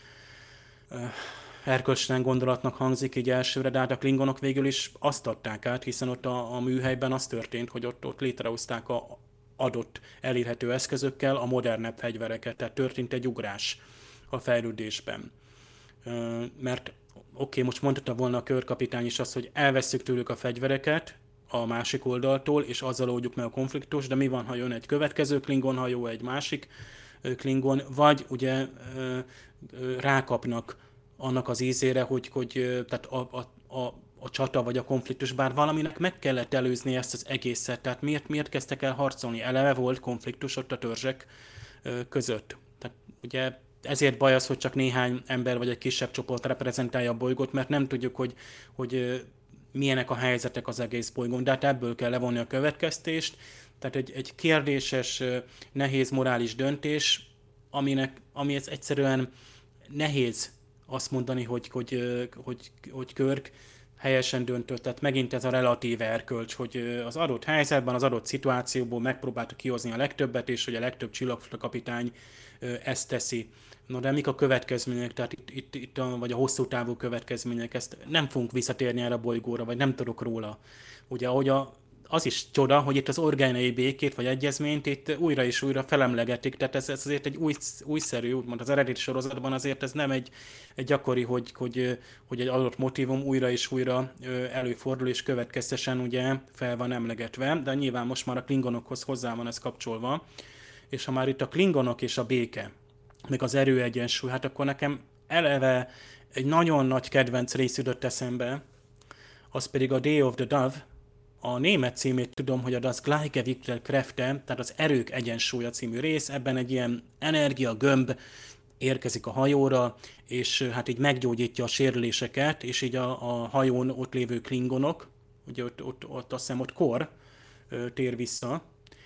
erkölcstelen gondolatnak hangzik így elsőre, de hát a klingonok végül is azt adták át, hiszen ott a műhelyben az történt, hogy ott létrehozták a adott elérhető eszközökkel a modernebb fegyvereket, tehát történt egy ugrás a fejlődésben. Mert most mondhatta volna a körkapitány is azt, hogy elvesszük tőlük a fegyvereket a másik oldaltól, és azzal oldjuk meg a konfliktus, de mi van, ha jön egy következő klingon hajó, egy másik klingon, vagy ugye rákapnak annak az ízére, hogy tehát a csata vagy a konfliktus, bár valaminek meg kellett előzni ezt az egészet, tehát miért kezdtek el harcolni? Eleve volt konfliktus ott a törzsek között. Tehát ugye ezért baj az, hogy csak néhány ember vagy egy kisebb csoport reprezentálja a bolygót, mert nem tudjuk, hogy milyenek a helyzetek az egész bolygón, de hát ebből kell levonni a következtést. Tehát egy kérdéses, nehéz morális döntés, ami ez egyszerűen nehéz azt mondani, hogy Kirk helyesen döntött. Tehát megint ez a relatív erkölcs, hogy az adott helyzetben, az adott szituációból megpróbálta kihozni a legtöbbet, és hogy a legtöbb csillagflotta kapitány ezt teszi. Na de mik a következmények, tehát itt vagy a hosszú távú következmények, ezt nem fogunk visszatérni erre a bolygóra, vagy nem tudok róla. Ugye ahogy az is csoda, hogy itt az orgánai békét vagy egyezményt itt újra és újra felemlegetik, tehát ez azért egy újszerű, úgymond az eredeti sorozatban azért ez nem egy gyakori, hogy egy adott motívum újra és újra előfordul, és következtesen ugye fel van emlegetve, de nyilván most már a klingonokhoz hozzá van ez kapcsolva, és ha már itt a klingonok és a béke, meg az erőegyensúly, hát akkor nekem eleve egy nagyon nagy kedvenc rész jutott eszembe, az pedig a Day of the Dove. A német címét tudom, hogy a Das Gleichgewicht der Kräfte, tehát az erők egyensúlya című rész, ebben egy ilyen energiagömb érkezik a hajóra, és hát így meggyógyítja a sérüléseket, és így a hajón ott lévő klingonok, ugye ott azt hiszem ott Kor tér vissza,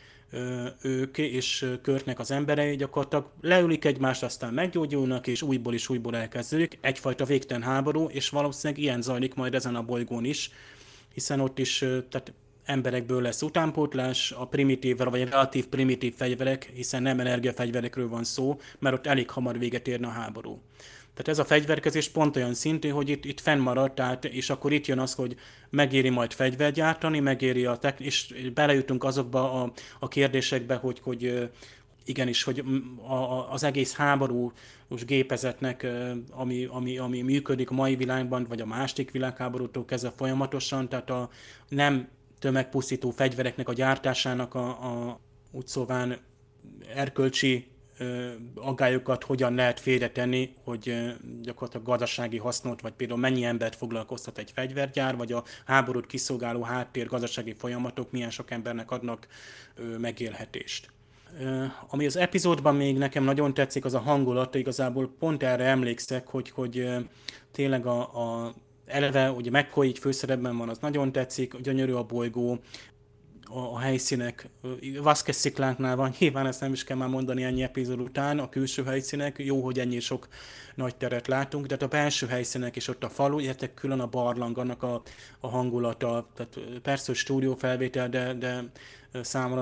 ők és Kirknek az emberei gyakorlatilag leülik egymást, aztán meggyógyulnak, és újból és újból elkezdődik. Egyfajta végtelen háború, és valószínűleg ilyen zajlik majd ezen a bolygón is, hiszen ott is tehát emberekből lesz utánpótlás, a primitív, vagy relatív primitív fegyverek, hiszen nem energiafegyverekről van szó, mert ott elég hamar véget érne a háború. Tehát ez a fegyverkezés pont olyan szintű, hogy itt fennmaradt, tehát, és akkor itt jön az, hogy megéri majd fegyvert gyártani, megéri és belejutunk azokba a kérdésekbe, hogy igenis, hogy az egész háborús gépezetnek, ami működik a mai világban, vagy a második világháborútól kezdve folyamatosan, tehát a nem tömegpusztító fegyvereknek a gyártásának úgy szóván erkölcsi aggályokat hogyan lehet félretenni, hogy gyakorlatilag gazdasági hasznot, vagy például mennyi embert foglalkoztat egy fegyvergyár, vagy a háborút kiszolgáló háttér gazdasági folyamatok milyen sok embernek adnak megélhetést. Ami az epizódban még nekem nagyon tetszik, az a hangulata, igazából pont erre emlékszek, hogy tényleg eleve, ugye McCoy így főszerepben van, az nagyon tetszik, gyönyörű a bolygó, a helyszínek, Vázquez sziklánknál van, nyilván ezt nem is kell már mondani ennyi epizód után, a külső helyszínek, jó, hogy ennyi sok nagy teret látunk, de a belső helyszínek és ott a falu, illetve külön a barlang, annak a hangulata, tehát persze, hogy stúdiófelvétel, de számomra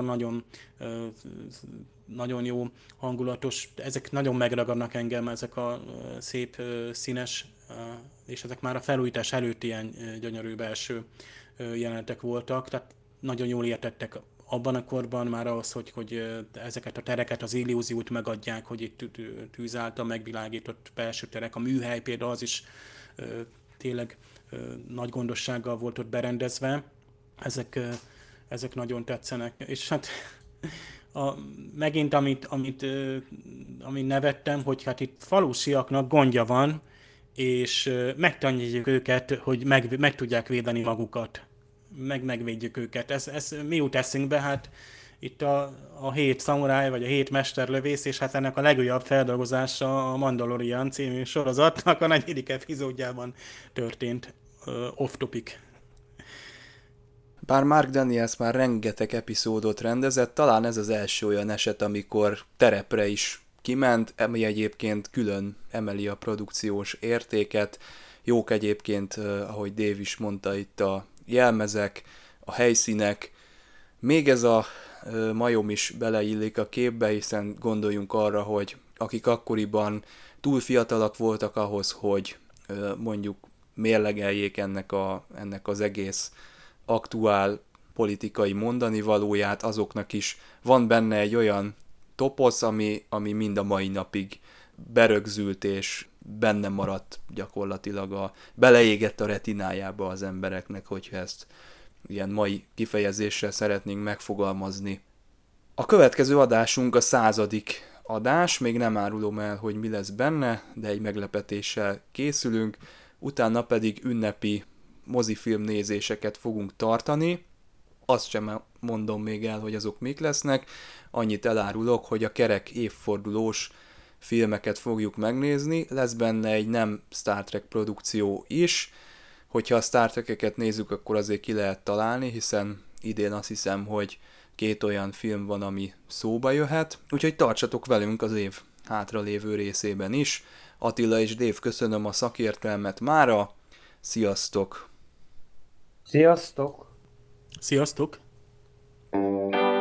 nagyon jó hangulatos, ezek nagyon megragadnak engem, ezek a szép színes, és ezek már a felújítás előtt ilyen gyönyörű belső jelenetek voltak, tehát nagyon jól értettek abban a korban már ahhoz, hogy ezeket a tereket, az illúziót megadják, hogy itt tűz által megvilágított belső terek, a műhely például az is tényleg nagy gondossággal volt ott berendezve, ezek nagyon tetszenek, és hát megint amit nevettem, hogy hát itt falusiaknak gondja van, és megtanítjuk őket, hogy meg tudják védeni magukat. Megvédjük őket. Ez mi jut eszünkbe? Hát itt a 7 szamuráj, vagy a 7 mesterlövész, és hát ennek a legújabb feldolgozása a Mandalorian című sorozatnak a 4. epizódjában történt, off-topic. Bár Mark Daniels már rengeteg epizódot rendezett, talán ez az első olyan eset, amikor terepre is kiment, ami egyébként külön emeli a produkciós értéket. Jók egyébként, ahogy Dave is mondta, itt a jelmezek, a helyszínek. Még ez a majom is beleillik a képbe, hiszen gondoljunk arra, hogy akik akkoriban túl fiatalak voltak ahhoz, hogy mondjuk mérlegeljék ennek az egész aktuál politikai mondani valóját, azoknak is van benne egy olyan toposz, ami mind a mai napig berögzült és benne maradt gyakorlatilag, beleégett a retinájába az embereknek, hogyha ezt ilyen mai kifejezéssel szeretnénk megfogalmazni. A következő adásunk a 100. adás, még nem árulom el, hogy mi lesz benne, de egy meglepetéssel készülünk, utána pedig ünnepi mozifilm nézéseket fogunk tartani. Azt sem mondom még el, hogy azok mik lesznek, annyit elárulok, hogy a kerek évfordulós filmeket fogjuk megnézni, lesz benne egy nem Star Trek produkció is, hogyha a Star Trek-eket nézzük, akkor azért ki lehet találni, hiszen idén azt hiszem, hogy 2 olyan film van, ami szóba jöhet, úgyhogy tartsatok velünk az év hátralévő részében is. Attila és Dave, köszönöm a szakértelmet mára, sziasztok! Sziasztok! Sziasztok!